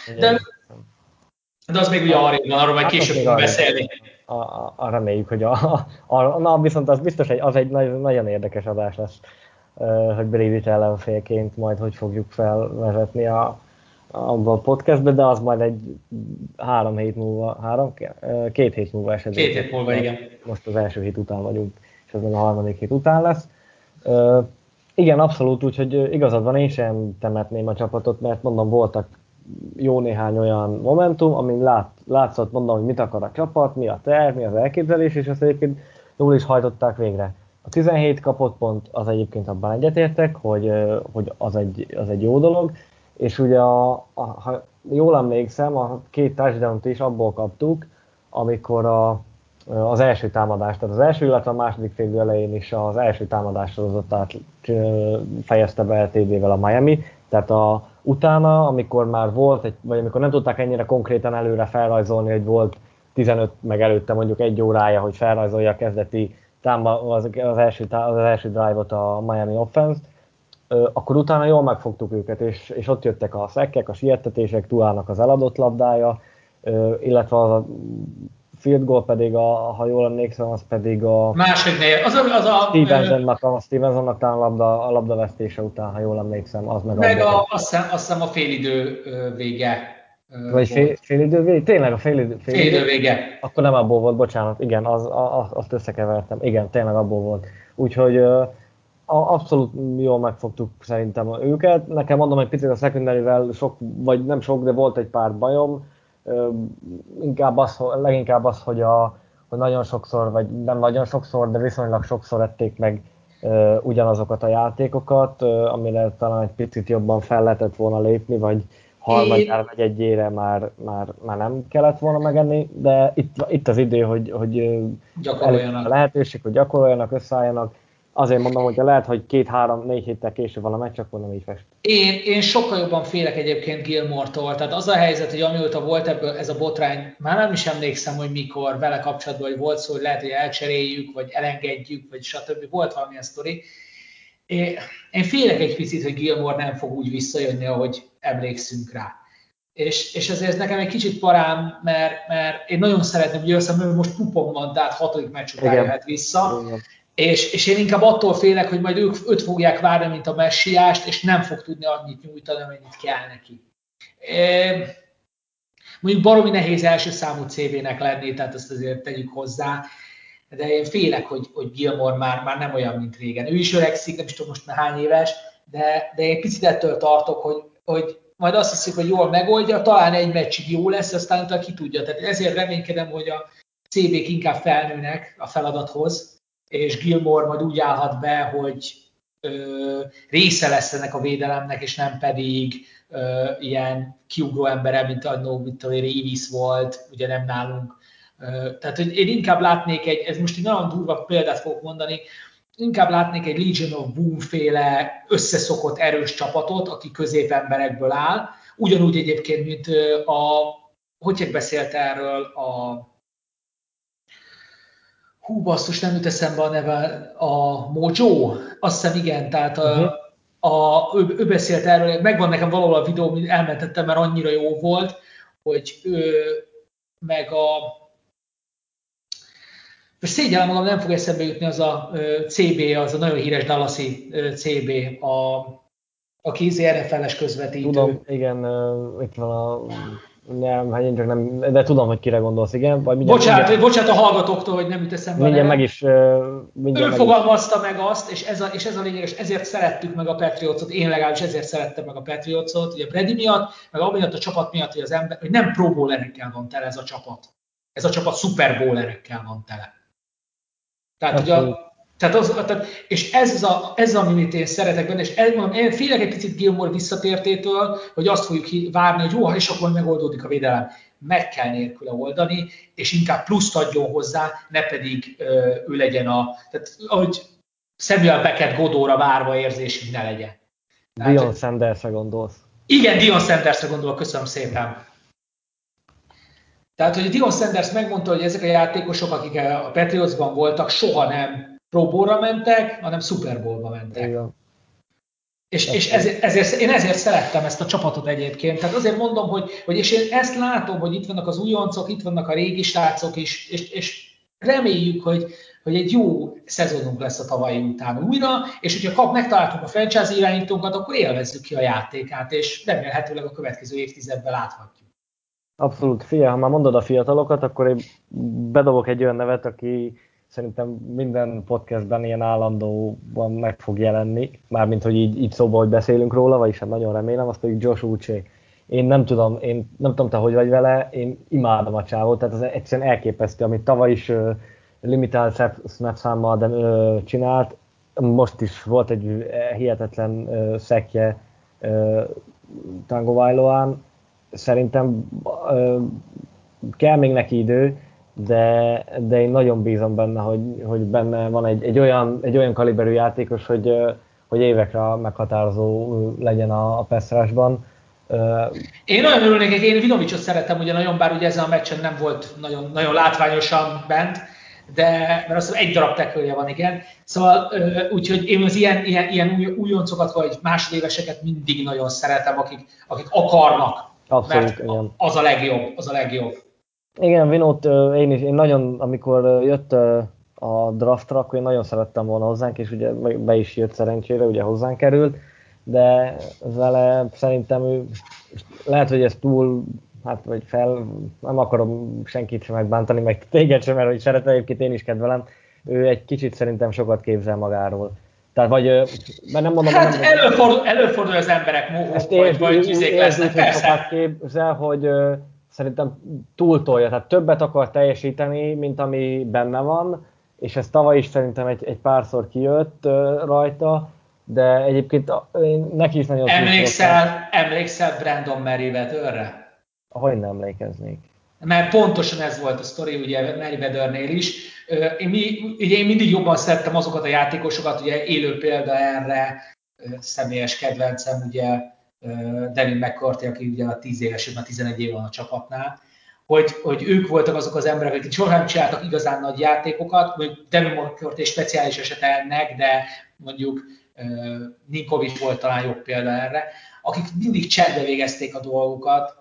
De az még ugye arrébb van, arról majd később fogunk beszélni. Reméljük, hogy na viszont az biztos, hogy az egy nagyon érdekes adás lesz, hogy Brady ellenfélként majd hogy fogjuk felvezetni abba a podcastbe, de az majd egy 2 hét múlva esetleg. 2 hét múlva, igen. Most az első hét után vagyunk, és ez meg a 3. hét után lesz. Igen, abszolút, úgyhogy igazad van, én sem temetném a csapatot, mert mondom, voltak jó néhány olyan momentum, amin látszott, mondom, hogy mit akar a csapat, mi a terv, mi az elképzelés, és azt egyébként jól is hajtották végre. A 17 kapott pont, az egyébként abban egyetértek, hogy az egy jó dolog, és ugye ha jól emlékszem, a 2 touchdownt is abból kaptuk, amikor az első támadást, tehát az első, illetve a második fél elején is az első támadás sorozatát fejezte be TD-vel a Miami, tehát utána, amikor már volt, vagy amikor nem tudták ennyire konkrétan előre felrajzolni, hogy volt 15 meg előtte mondjuk 1 órája, hogy felrajzolja a kezdeti az első drive-ot a Miami Offense, akkor utána jól megfogtuk őket, és ott jöttek a szekkek, a siettetések, Tuának az eladott labdája, illetve az a field goal pedig, ha jól emlékszem, az pedig a másodnél. Stevensonnak talán a labdavesztése után, ha jól emlékszem, az meg azt hiszem a félidő vége. Vagy félidő vége? Tényleg a félidő vége. Akkor nem abból volt, bocsánat, igen, azt összekevertem. Igen, tényleg abból volt. Úgyhogy abszolút jól megfogtuk szerintem őket. Nekem mondom, hogy picit a secondary-vel sok, vagy nem sok, de volt egy pár bajom. Leginkább az, hogy nagyon sokszor, vagy nem nagyon sokszor, de viszonylag sokszor ették meg ugyanazokat a játékokat, amire talán egy picit jobban fel lehetett volna lépni, vagy harmadjára vagy egyére már nem kellett volna megenni, de itt az idő, hogy gyakoroljanak. A lehetőség, hogy gyakoroljanak, összeálljanak. Azért mondom, hogy lehet, hogy 2-3-4 héttel később van a meccs, akkor nem így fest. Én sokkal jobban félek egyébként Gilmore-tól. Tehát az a helyzet, hogy amióta volt ebből ez a botrány, már nem is emlékszem, hogy mikor vele kapcsolatban, hogy volt szó, hogy lehet, hogy elcseréljük, vagy elengedjük, vagy stb. Volt valamilyen sztori. Én félek egy picit, hogy Gilmore nem fog úgy visszajönni, ahogy emlékszünk rá. És ezért nekem egy kicsit parám, mert én nagyon szeretném, hogy ő most pupon van, tehát 6. meccs után jöhet vissza. Igen. És én inkább attól félek, hogy majd őt fogják várni, mint a messiást, és nem fog tudni annyit nyújtani, amennyit kell neki. Mondjuk baromi nehéz első számú CV-nek lenni, tehát ezt azért tegyük hozzá, de én félek, hogy Gilmore már nem olyan, mint régen. Ő is öregszik, nem is tudom most már hány éves, de én picit ettől tartok, hogy majd azt hiszik, hogy jól megoldja, talán egy meccsig jó lesz, aztán utána ki tudja. Tehát ezért reménykedem, hogy a CB-k inkább felnőnek a feladathoz, és Gilmore majd úgy állhat be, hogy része lesz ennek a védelemnek, és nem pedig ilyen kiugró embere, mint a Revis volt, ugye nem nálunk. Tehát hogy én inkább látnék ez most egy nagyon durva példát fogok mondani, inkább látnék egy Legion of Boom-féle összeszokott erős csapatot, aki középemberekből áll. Ugyanúgy egyébként, mint hogy beszélt erről basszus, nem jut eszembe a neve, a Mojo? Azt hiszem igen, tehát ő beszélt erről, megvan nekem valahol a videó, amit elmentettem, mert annyira jó volt, hogy meg most szégyellem magam, nem fog eszembe jutni az a CB, az a nagyon híres Dallasi CB, aki NFL-es közvetítő. Tudom, igen, itt van én csak nem, de tudom, hogy kire gondolsz, igen. Vagy bocsánat a hallgatóktól, hogy nem jut eszembe. Mindjárt meg is. Ő fogalmazta meg azt, és ez a lényeges, ezért szerettük meg a Patriotsot, én legalábbis ezért szerettem meg a Patriotsot, ugye Brady miatt, meg amiatt a csapat miatt, hogy nem Pro Bowlerekkel van tele ez a csapat. Ez a csapat Super Bowlerekkel van tele. És ez amit én szeretek benne, és én félek egy picit Gilmore visszatértétől, hogy azt fogjuk várni, hogy jó, és akkor megoldódik a védelem. Meg kell nélküle oldani, és inkább pluszt adjon hozzá, ne pedig ő legyen tehát ahogy Samuel Beckett Godóra várva érzésünk ne legyen. Dion Sandersre gondolsz. Igen, Dion Sandersre gondolok, köszönöm szépen. Tehát, hogy Dion Sanders megmondta, hogy ezek a játékosok, akik a Patriotsban voltak, soha nem Pro Bowl-ra mentek, hanem Super Bowl-ba mentek. Igen. És én ezért szerettem ezt a csapatot egyébként. Tehát azért mondom, hogy és én ezt látom, hogy itt vannak az újoncok, itt vannak a régi srácok is, és reméljük, hogy egy jó szezonunk lesz a tavalyi után újra, és hogyha megtaláltuk a franchise irányítónkat, akkor élvezzük ki a játékát, és remélhetőleg a következő évtizedben láthatjuk. Abszolút. Figyelj, ha már mondod a fiatalokat, akkor én bedobok egy olyan nevet, aki szerintem minden podcastben ilyen állandóban meg fog jelenni, mármint, hogy így szóba, hogy beszélünk róla, vagyis hát nagyon remélem, az pedig Josh Uche. Én nem tudom te hogy vagy vele, én imádom a csávót, tehát ez egyszerűen elképesztő, amit tavaly is limitált snap számmal csinált, most is volt egy hihetetlen szekje Tango Vailoán. Szerintem kell még neki idő, de én nagyon bízom benne, hogy benne van egy olyan kaliberű játékos, hogy évekre meghatározó legyen a pass rushban. Én nagyon örülnék, én Vinovicsot szeretem, ugye nagyon, bár ugye ezen a meccsen nem volt nagyon, nagyon látványosan bent, mert azt hiszem egy darab tackle-je van, igen. Szóval úgyhogy én az ilyen újoncokat vagy másodéveseket mindig nagyon szeretem, akik akarnak. Abszolút, mert igen. Az a legjobb. Igen, Vinót én nagyon, amikor jött a draftra, akkor én nagyon szerettem volna hozzánk, és ugye be is jött szerencsére, ugye hozzánk került, de vele szerintem ő, lehet, hogy ez túl, vagy nem akarom senkit sem megbántani, meg téged sem, mert hogy szeretem, egyébként én is kedvelem, ő egy kicsit szerintem sokat képzel magáról. Tehát mert nem mondom, hát előfordul az emberek mohók, vagy izék lesznek, persze. Sokat képzel, hogy szerintem túltolja, tehát többet akar teljesíteni, mint ami benne van, és ez tavaly is szerintem egy párszor kijött rajta, de egyébként neki is nagyon Emlékszel Brandon Merriweatherre? Ahogy nem emlékeznék. Mert pontosan ez volt a sztori, ugye Merriweathernél is. Én mindig jobban szerettem azokat a játékosokat, ugye élő példa erre, személyes kedvencem, ugye Devin McCourty, aki ugye a 10 éves, már 11 év van a csapatnál, hogy ők voltak azok az emberek, akik soha nem csináltak igazán nagy játékokat, mondjuk Devin McCourty egy speciális esete ennek, de mondjuk Ninkovic volt talán jobb példa erre, akik mindig csendbe végezték a dolgokat,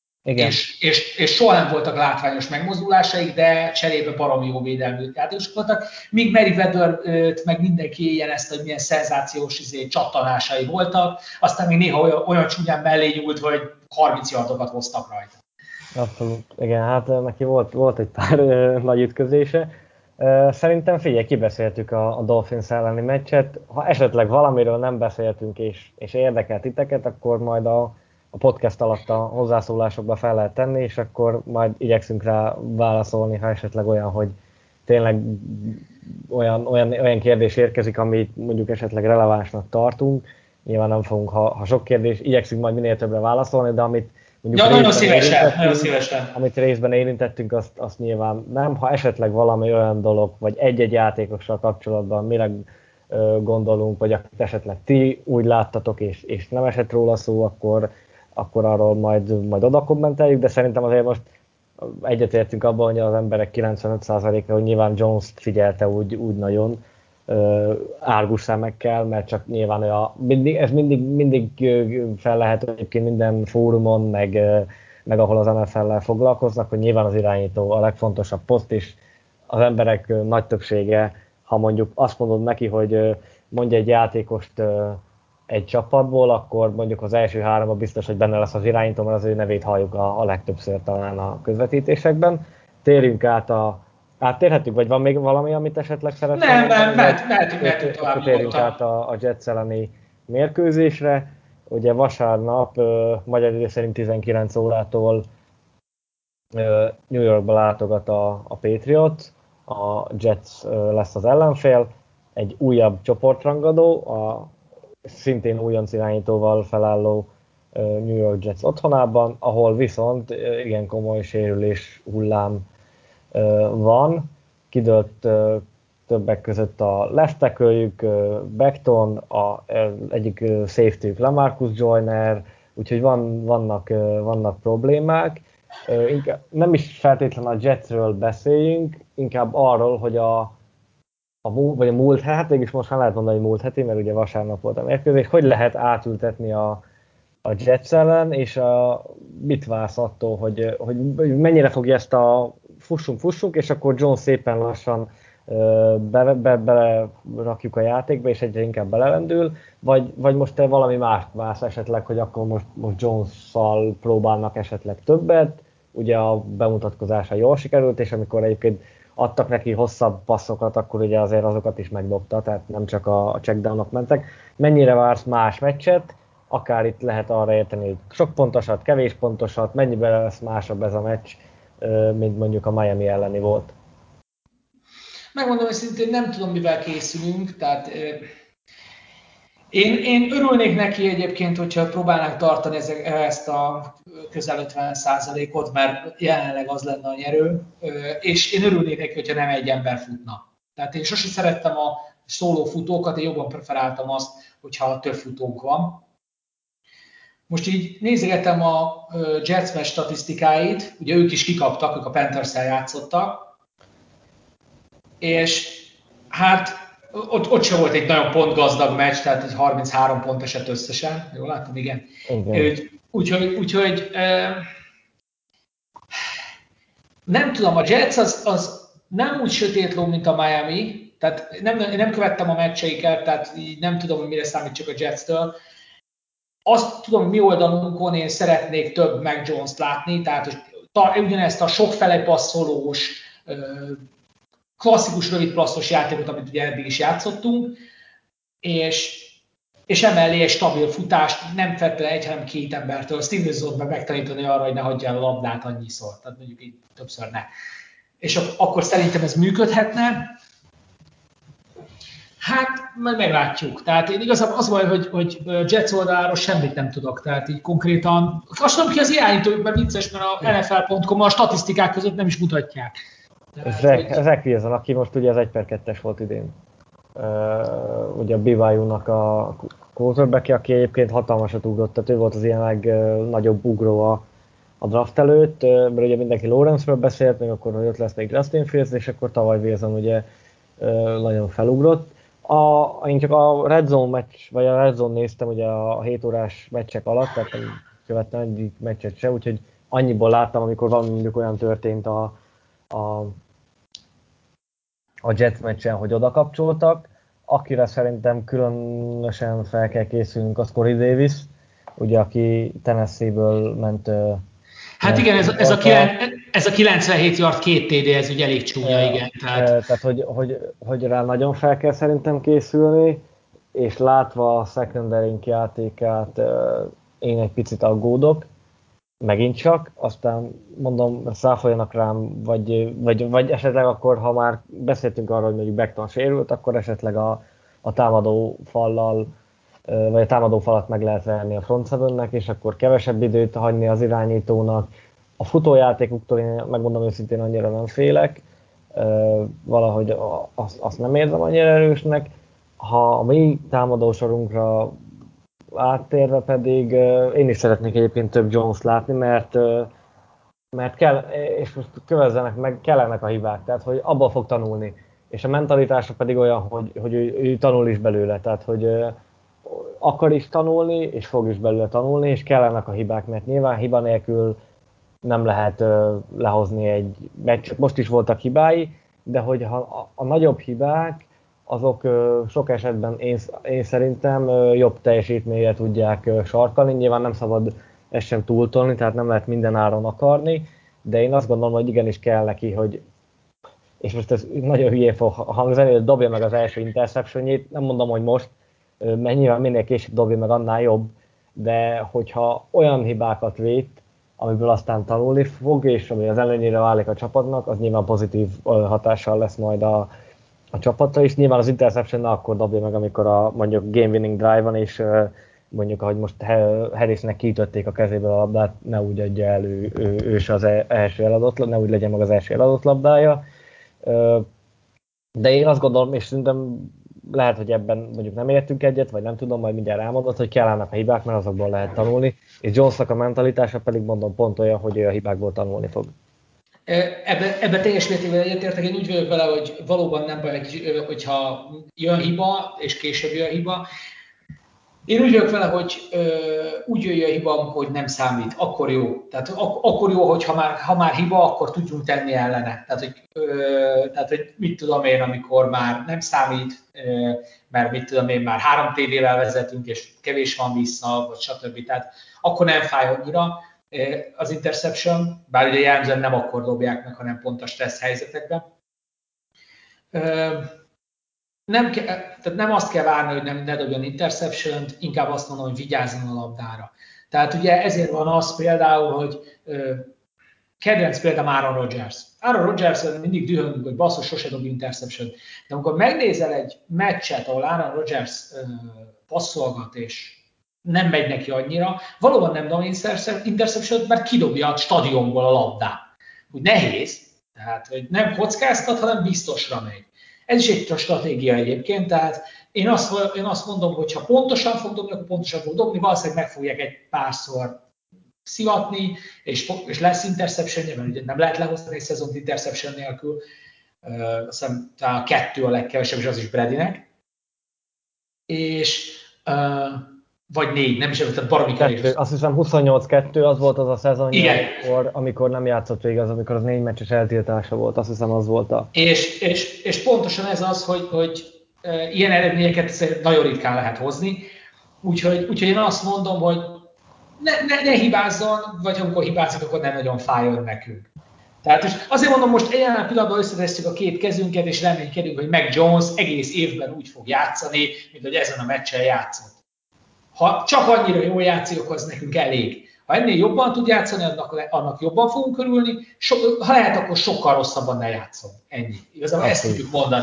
és soha nem voltak látványos megmozdulásaik, de cserébe baromi jó védelmű játékosok voltak, míg Merriweather-t meg mindenki érezte, hogy milyen szenzációs csattanásai voltak, aztán még néha olyan csúnyán mellé nyúlt, hogy 30 yardokat hoztak rajta. Abszolút, igen, hát neki volt egy pár nagy ütközése. Szerintem figyelj, kibeszéltük a Dolphins elleni meccset. Ha esetleg valamiről nem beszéltünk és érdekel titeket, akkor majd a podcast alatt a hozzászólásokba fel lehet tenni, és akkor majd igyekszünk rá válaszolni, ha esetleg olyan, hogy tényleg olyan kérdés érkezik, amit mondjuk esetleg relevánsnak tartunk. Nyilván nem fogunk, ha sok kérdés, igyekszünk majd minél többre válaszolni, de amit mondjuk nagyon szívesen. Amit részben érintettünk, azt nyilván nem. Ha esetleg valami olyan dolog, vagy egy-egy játékossal kapcsolatban mire gondolunk, vagy esetleg ti úgy láttatok, és nem esett róla szó, akkor arról majd oda kommenteljük, de szerintem azért most egyetértünk abban, hogy az emberek 95%-a, hogy nyilván Jones-t figyelte úgy nagyon árgus szemekkel, mert csak nyilván ez mindig fel lehet egyébként minden fórumon, meg ahol az NFL-lel foglalkoznak, hogy nyilván az irányító a legfontosabb poszt, és az emberek nagy többsége, ha mondjuk azt mondod neki, hogy mondja egy játékost egy csapatból, akkor mondjuk az első háromban biztos, hogy benne lesz az irányító, mert az ő nevét halljuk a legtöbbször talán a közvetítésekben. Térjünk áttérhetünk, vagy van még valami, amit esetleg szeretnél? Nem, mehetünk tovább. Akkor térjünk át a Jets elleni mérkőzésre. Ugye vasárnap, magyar idő szerint 19 órától New Yorkba látogat a Patriot, a Jets lesz az ellenfél, egy újabb csoportrangadó, a szintén újonc irányítóval felálló New York Jets otthonában, ahol viszont igen komoly sérülés hullám van. Kidőlt többek között a left tackle-jük, Becton, egyik safety-jük Lamarcus Joyner, úgyhogy vannak problémák, Inkább, nem is feltétlenül a Jetsről beszéljünk, inkább arról, hogy a múlt, hát mégis most már lehet mondani, hogy múlt heti, mert ugye vasárnap volt a mérkőzés, hogy lehet átültetni a Jets ellen, és mit vársz attól, hogy mennyire fogja ezt a fussunk, és akkor Jones szépen lassan belerakjuk a játékba, és egyre inkább belelendül, vagy most te valami mást vársz esetleg, hogy akkor most Jones-szal próbálnak esetleg többet, ugye a bemutatkozása jól sikerült, és amikor egyébként adtak neki hosszabb passzokat, akkor ugye azért azokat is megdobta, tehát nem csak a checkdownok mentek. Mennyire vársz más meccset, akár itt lehet arra érteni, hogy sok pontosat, kevés pontosat, mennyiben lesz másabb ez a meccs, mint mondjuk a Miami elleni volt? Megmondom őszintén, nem tudom, mivel készülünk, tehát én örülnék neki egyébként, hogyha próbálnánk tartani ezt a közel 50%-ot, mert jelenleg az lenne a nyerő, és én örülnék neki, hogyha nem egy ember futna. Tehát én sosem szerettem a szóló futókat, én jobban preferáltam azt, hogyha több futónk van. Most így nézegetem a Jets meccs statisztikáit, ugye ők is kikaptak, ők a Panthers-szel játszottak, és hát ott sem volt egy nagyon pontgazdag meccs, tehát egy 33 pont esett összesen, jól látom, igen. Úgyhogy nem tudom, a Jets az nem úgy sötétló, mint a Miami, tehát nem követtem a meccseiket, tehát így nem tudom, hogy mire számít csak a Jets-től. Azt tudom, hogy mi oldalunkon én szeretnék több Mac Jones-t látni, tehát ugyanezt a sokfele passzolós, klasszikus rövidpasszos játékot, amit ugye eddig is játszottunk, és emellé egy stabil futást, nem feltétlenül egy, hanem két embertől. Steve Rizzolt megtanítani arra, hogy ne hagyja el a labdát annyiszor, tehát mondjuk így többször ne. És akkor szerintem ez működhetne. Hát, majd meglátjuk. Tehát én igazából az baj, hogy Jets oldaláról semmit nem tudok. Tehát így konkrétan, azt mondom ki az irányító, mert vicces, mert a NFL.com a statisztikák között nem is mutatják. Zach Wilson, aki most ugye az 1/2-es volt idén. Ugye a BYU-nak a quarterback, aki egyébként hatalmasat ugrott, tehát ő volt az ilyen legnagyobb ugró a draft előtt, mert ugye mindenki Lawrence-ről beszélt, még akkor, hogy ott lesz még Justin Fields, és akkor tavaly Wilson ugye nagyon felugrott. Én csak a Red Zone meccs, vagy a Red Zone néztem ugye a 7 órás meccsek alatt, tehát nem követtem egyik meccset se, úgyhogy annyiból láttam, amikor valami mondjuk olyan történt a Jets meccsen, hogy oda kapcsoltak. Akire szerintem különösen fel kell készülnünk, az Corey Davis, ugye aki Tennessee-ből ment. Hát igen, ez a 97 yard 2 TD, ez ugye elég csúnya, igen. Tehát hogy rá nagyon fel kell szerintem készülni, és látva a secondary játékát én egy picit aggódok, megint csak, aztán mondom, száfoljanak rám, vagy esetleg akkor, ha már beszéltünk arról, hogy mondjuk Beckton sérült, akkor esetleg a támadó fallal, vagy a támadó falat meg lehet verni a front sevennek, és akkor kevesebb időt hagyni az irányítónak. A futójátékuktól én megmondom őszintén annyira nem félek, valahogy azt nem érzem annyira erősnek. Ha a mi támadósorunkra áttérve pedig én is szeretnék egyébként több Jones látni, mert kell, és most kövezzenek meg, kellenek a hibák, tehát hogy abból fog tanulni. És a mentalitása pedig olyan, hogy ő tanul is belőle, tehát hogy akar is tanulni, és fog is belőle tanulni, és kellenek a hibák, mert nyilván hiba nélkül nem lehet lehozni egy meccset. Most is voltak hibái, de hogyha a nagyobb hibák, azok sok esetben én szerintem jobb teljesítményre tudják sarkalni. Nyilván nem szabad ezt sem túltolni, tehát nem lehet minden áron akarni, de én azt gondolom, hogy igenis kell neki, hogy, és most ez nagyon hülyén fog hangzani, hogy dobja meg az első interceptionjét, nem mondom, hogy most, nyilván minél később dobja meg, annál jobb, de hogyha olyan hibákat vét, amiből aztán tanulni fog, és ami az előnyére válik a csapatnak, az nyilván pozitív hatással lesz majd a csapatra is. Nyilván az interception akkor dobja meg, amikor mondjuk game winning drive-on, és mondjuk, ahogy most Harrisnek kiütötték a kezéből a labdát, ne úgy adja el ő se az első eladott, ne úgy legyen meg az első eladott labdája. De én azt gondolom, és szerintem lehet, hogy ebben mondjuk nem értünk egyet, vagy nem tudom, majd mindjárt elmondod, hogy kell állnak a hibák, mert azokból lehet tanulni, és Jonesnak a mentalitása pedig mondom pont olyan, hogy ő a hibákból tanulni fog. Ebben teljes mértékben egyetértek, én úgy vagyok vele, hogy valóban nem baj, hogyha jön hiba, és később jön hiba. Én úgy vagyok vele, hogy úgy jöjjön a hiba, hogy nem számít, akkor jó. Tehát akkor jó, hogy ha már hiba, akkor tudjunk tenni ellene. Tehát, hogy mit tudom én, amikor már nem számít, mert mit tudom én, már 3 TD-vel vezetünk, és kevés van vissza, vagy stb. Tehát akkor nem fáj annyira az interception, bár ugye jellemzően nem akkor dobják meg, hanem pont a stressz helyzetekben. Tehát nem azt kell várni, hogy ne dobjon interception-t, inkább azt mondom, hogy vigyázzon a labdára. Tehát ugye ezért van az például, hogy kedvenc példám Aaron Rodgers. Aaron Rodgers mindig dühöngünk, hogy basszus, sose dob interception. De amikor megnézel egy meccset, ahol Aaron Rodgers passzolgat, és nem megy neki annyira, valóban nem dob interception, mert kidobja a stadionból a labdát. Úgy nehéz, tehát hogy nem kockáztat, hanem biztosra megy. Ez is egy stratégia egyébként, tehát én azt mondom, hogy ha pontosan fog dobni, akkor pontosan fog dobni, valószínűleg meg fogják egy párszor szivatni, és lesz interception, mert ugye nem lehet lehozni egy szezont interception nélkül, azt hiszem talán a 2 a legkevesebb, és az is Bradynek, és vagy 4, nem is tehát baromi kevés. Azt hiszem 28-2 az volt az a szezonja, amikor nem játszott végig, amikor az 4 meccses eltiltása volt, azt hiszem az volt a... És pontosan ez az, hogy ilyen eredményeket nagyon ritkán lehet hozni, úgyhogy én azt mondom, hogy ne hibázzon, vagy amikor hibázik, akkor nem nagyon fájjon nekünk. Tehát és azért mondom, most jelen pillanatban összetesszük a két kezünket, és reménykedünk, hogy Mac Jones egész évben úgy fog játszani, mint hogy ezen a meccsen játszott. Ha csak annyira jól játszik, akkor az nekünk elég. Ha ennél jobban tud játszani, annak jobban fogunk körülni, ha lehet, akkor sokkal rosszabban ne játszon. Ennyi. Igazából ezt tudjuk mondani.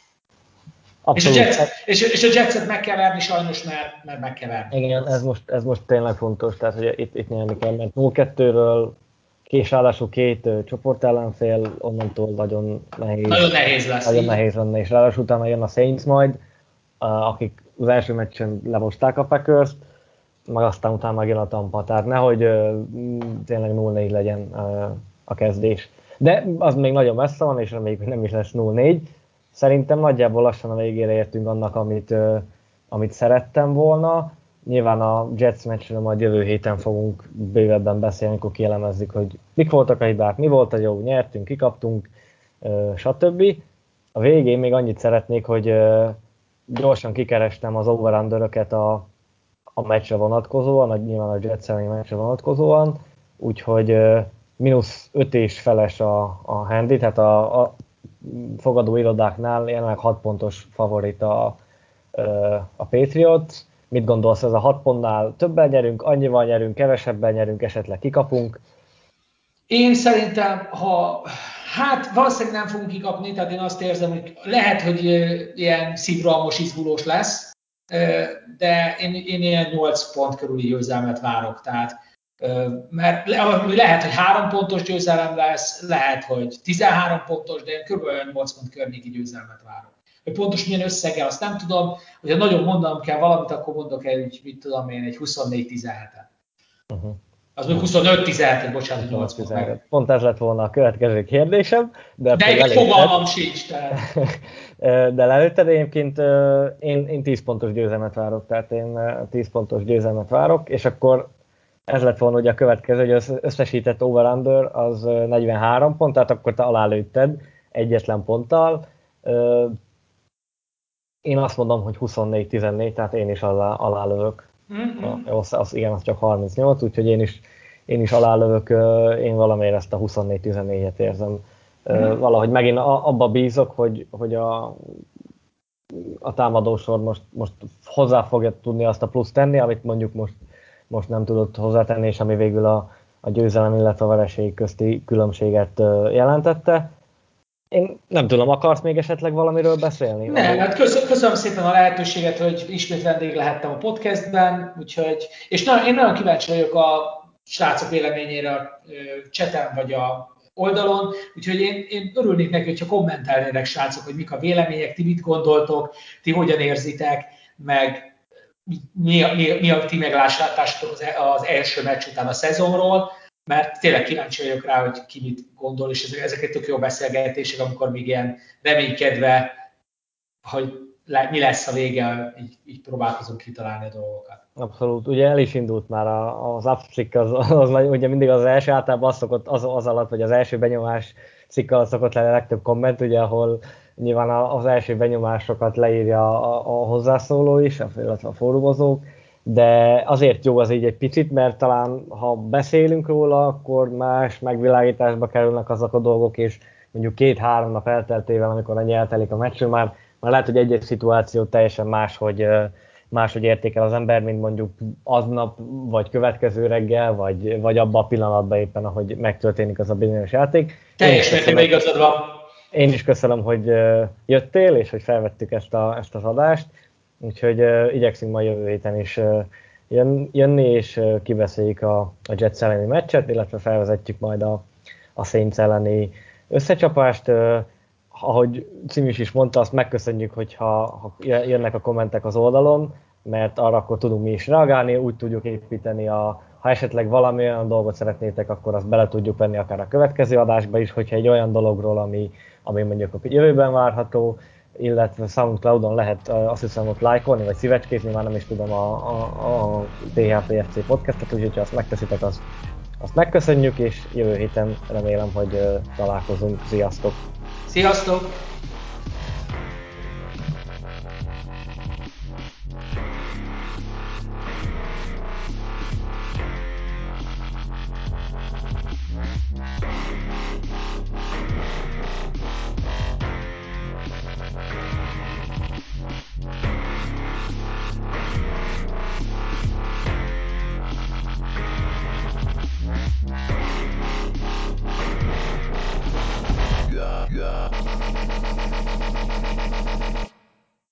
És a Jetset meg kell verni sajnos, mert meg kell verni. Igen, ez most tényleg fontos, tehát hogy itt nyerni kell, mert 0-2-ről ráadásul 2 csoportellenfél, onnantól nagyon nehéz. Nagyon nehéz lesz. Nagyon nehéz lenne, és ráadásul utána jön a Saints majd, akik az első meccsen lemosták a Packers-t, meg aztán utána meg jön a Tampa, tehát nehogy tényleg 0-4 legyen a kezdés. De az még nagyon messze van, és reméljük, hogy nem is lesz 0-4. Szerintem nagyjából lassan a végére értünk annak, amit szerettem volna. Nyilván a Jets meccsről majd jövő héten fogunk bővebben beszélni, amikor kielemezzük, hogy mik voltak a hibák, mi volt a jó, nyertünk, kikaptunk, stb. A végén még annyit szeretnék, hogy gyorsan kikerestem az over-underöket a meccsre vonatkozóan, nyilván a Jets elleni meccsre vonatkozóan, úgyhogy -5 és feles a handy, tehát a fogadó irodáknál jelenleg 6 pontos favorit a Patriots. Mit gondolsz, ez a 6 pontnál többen nyerünk, annyival nyerünk, kevesebben nyerünk, esetleg kikapunk? Én szerintem, hát valószínűleg nem fogunk kikapni, tehát én azt érzem, hogy lehet, hogy ilyen szívrohamos, izgulós lesz, de én ilyen 8 pont körüli győzelmet várok, tehát mert lehet, hogy 3 pontos győzelem lesz, lehet, hogy 13 pontos, de én kb. 8 pont környéki győzelmet várok. Hogy pontos milyen összeggel, azt nem tudom, hogyha nagyon mondanom kell valamit, akkor mondok egy, mit tudom én, egy 24-17-et. Az még 25-17-et, bocsánat, 8 pont meg. Pont ez lett volna a következő kérdésem. De egy fogalmam sincs. De lelőtted, egyébként én 10 pontos győzelmet várok, tehát én 10 pontos győzelmet várok, és akkor ez lett volna ugye a következő, hogy az összesített over-under az 43 pont, tehát akkor te alálőtted egyetlen ponttal. Én azt mondom, hogy 24-14, tehát én is alálövök. Igen, az csak 38, úgyhogy én is alálövök, én valamiért ezt a 24-14-et érzem. Valahogy megint abba bízok, hogy a támadósor most hozzá fogja tudni azt a plusz tenni, amit mondjuk most nem tudott hozzátenni, és ami végül a győzelem, illetve a vereség közti különbséget jelentette. Én nem tudom, akarsz még esetleg valamiről beszélni? Nem, hát köszönöm szépen a lehetőséget, hogy ismét vendég lehettem a podcastben, és én nagyon kíváncsi vagyok a srácok véleményére a chaten vagy a oldalon, úgyhogy én örülnék neki, hogyha kommentálnének, srácok, hogy mik a vélemények, ti mit gondoltok, ti hogyan érzitek, meg mi a ti meglátásatok az első meccs után a szezonról, mert tényleg kíváncsi vagyok rá, hogy ki mit gondol, és ezeket tök jó beszélgetések, amikor még ilyen reménykedve, hogy mi lesz a vége, így próbálkozunk kitalálni a dolgokat. Abszolút. Ugye el is indult már az upcikk, az ugye mindig az első, általában az alatt, vagy az első benyomás cikk alatt szokott lenni a legtöbb komment, ugye, ahol nyilván az első benyomásokat leírja a hozzászóló is, illetve a fórumozók, de azért jó az így egy picit, mert talán ha beszélünk róla, akkor más megvilágításba kerülnek azok a dolgok, és mondjuk 2-3 nap elteltével, amikor ennyi eltelik a meccsről, már lehet, hogy egy-egy szituáció teljesen máshogy értékel az ember, mint mondjuk aznap, vagy következő reggel, vagy abban a pillanatban éppen, ahogy megtörténik az a bizonyos játék. Teljes mértékben igazad van. Én is köszönöm, hogy jöttél, és hogy felvettük ezt az adást, úgyhogy igyekszünk majd jövő héten is jönni, és kibeszéljük a Jets elleni meccset, illetve felvezetjük majd a Saints elleni összecsapást. Ahogy Cimis is mondta, azt megköszönjük, hogyha jönnek a kommentek az oldalon, mert arra akkor tudunk mi is reagálni, úgy tudjuk építeni, ha esetleg valami olyan dolgot szeretnétek, akkor azt bele tudjuk venni akár a következő adásba is, hogyha egy olyan dologról, ami mondjuk a jövőben várható, illetve SoundCloudon lehet azt hiszem ott lájkolni, vagy szívecskézni, már nem is tudom a THPFC podcastet, úgyhogy ha azt megteszitek, azt megköszönjük, és jövő héten remélem, hogy találkozunk. Sziasztok! Sziasztok!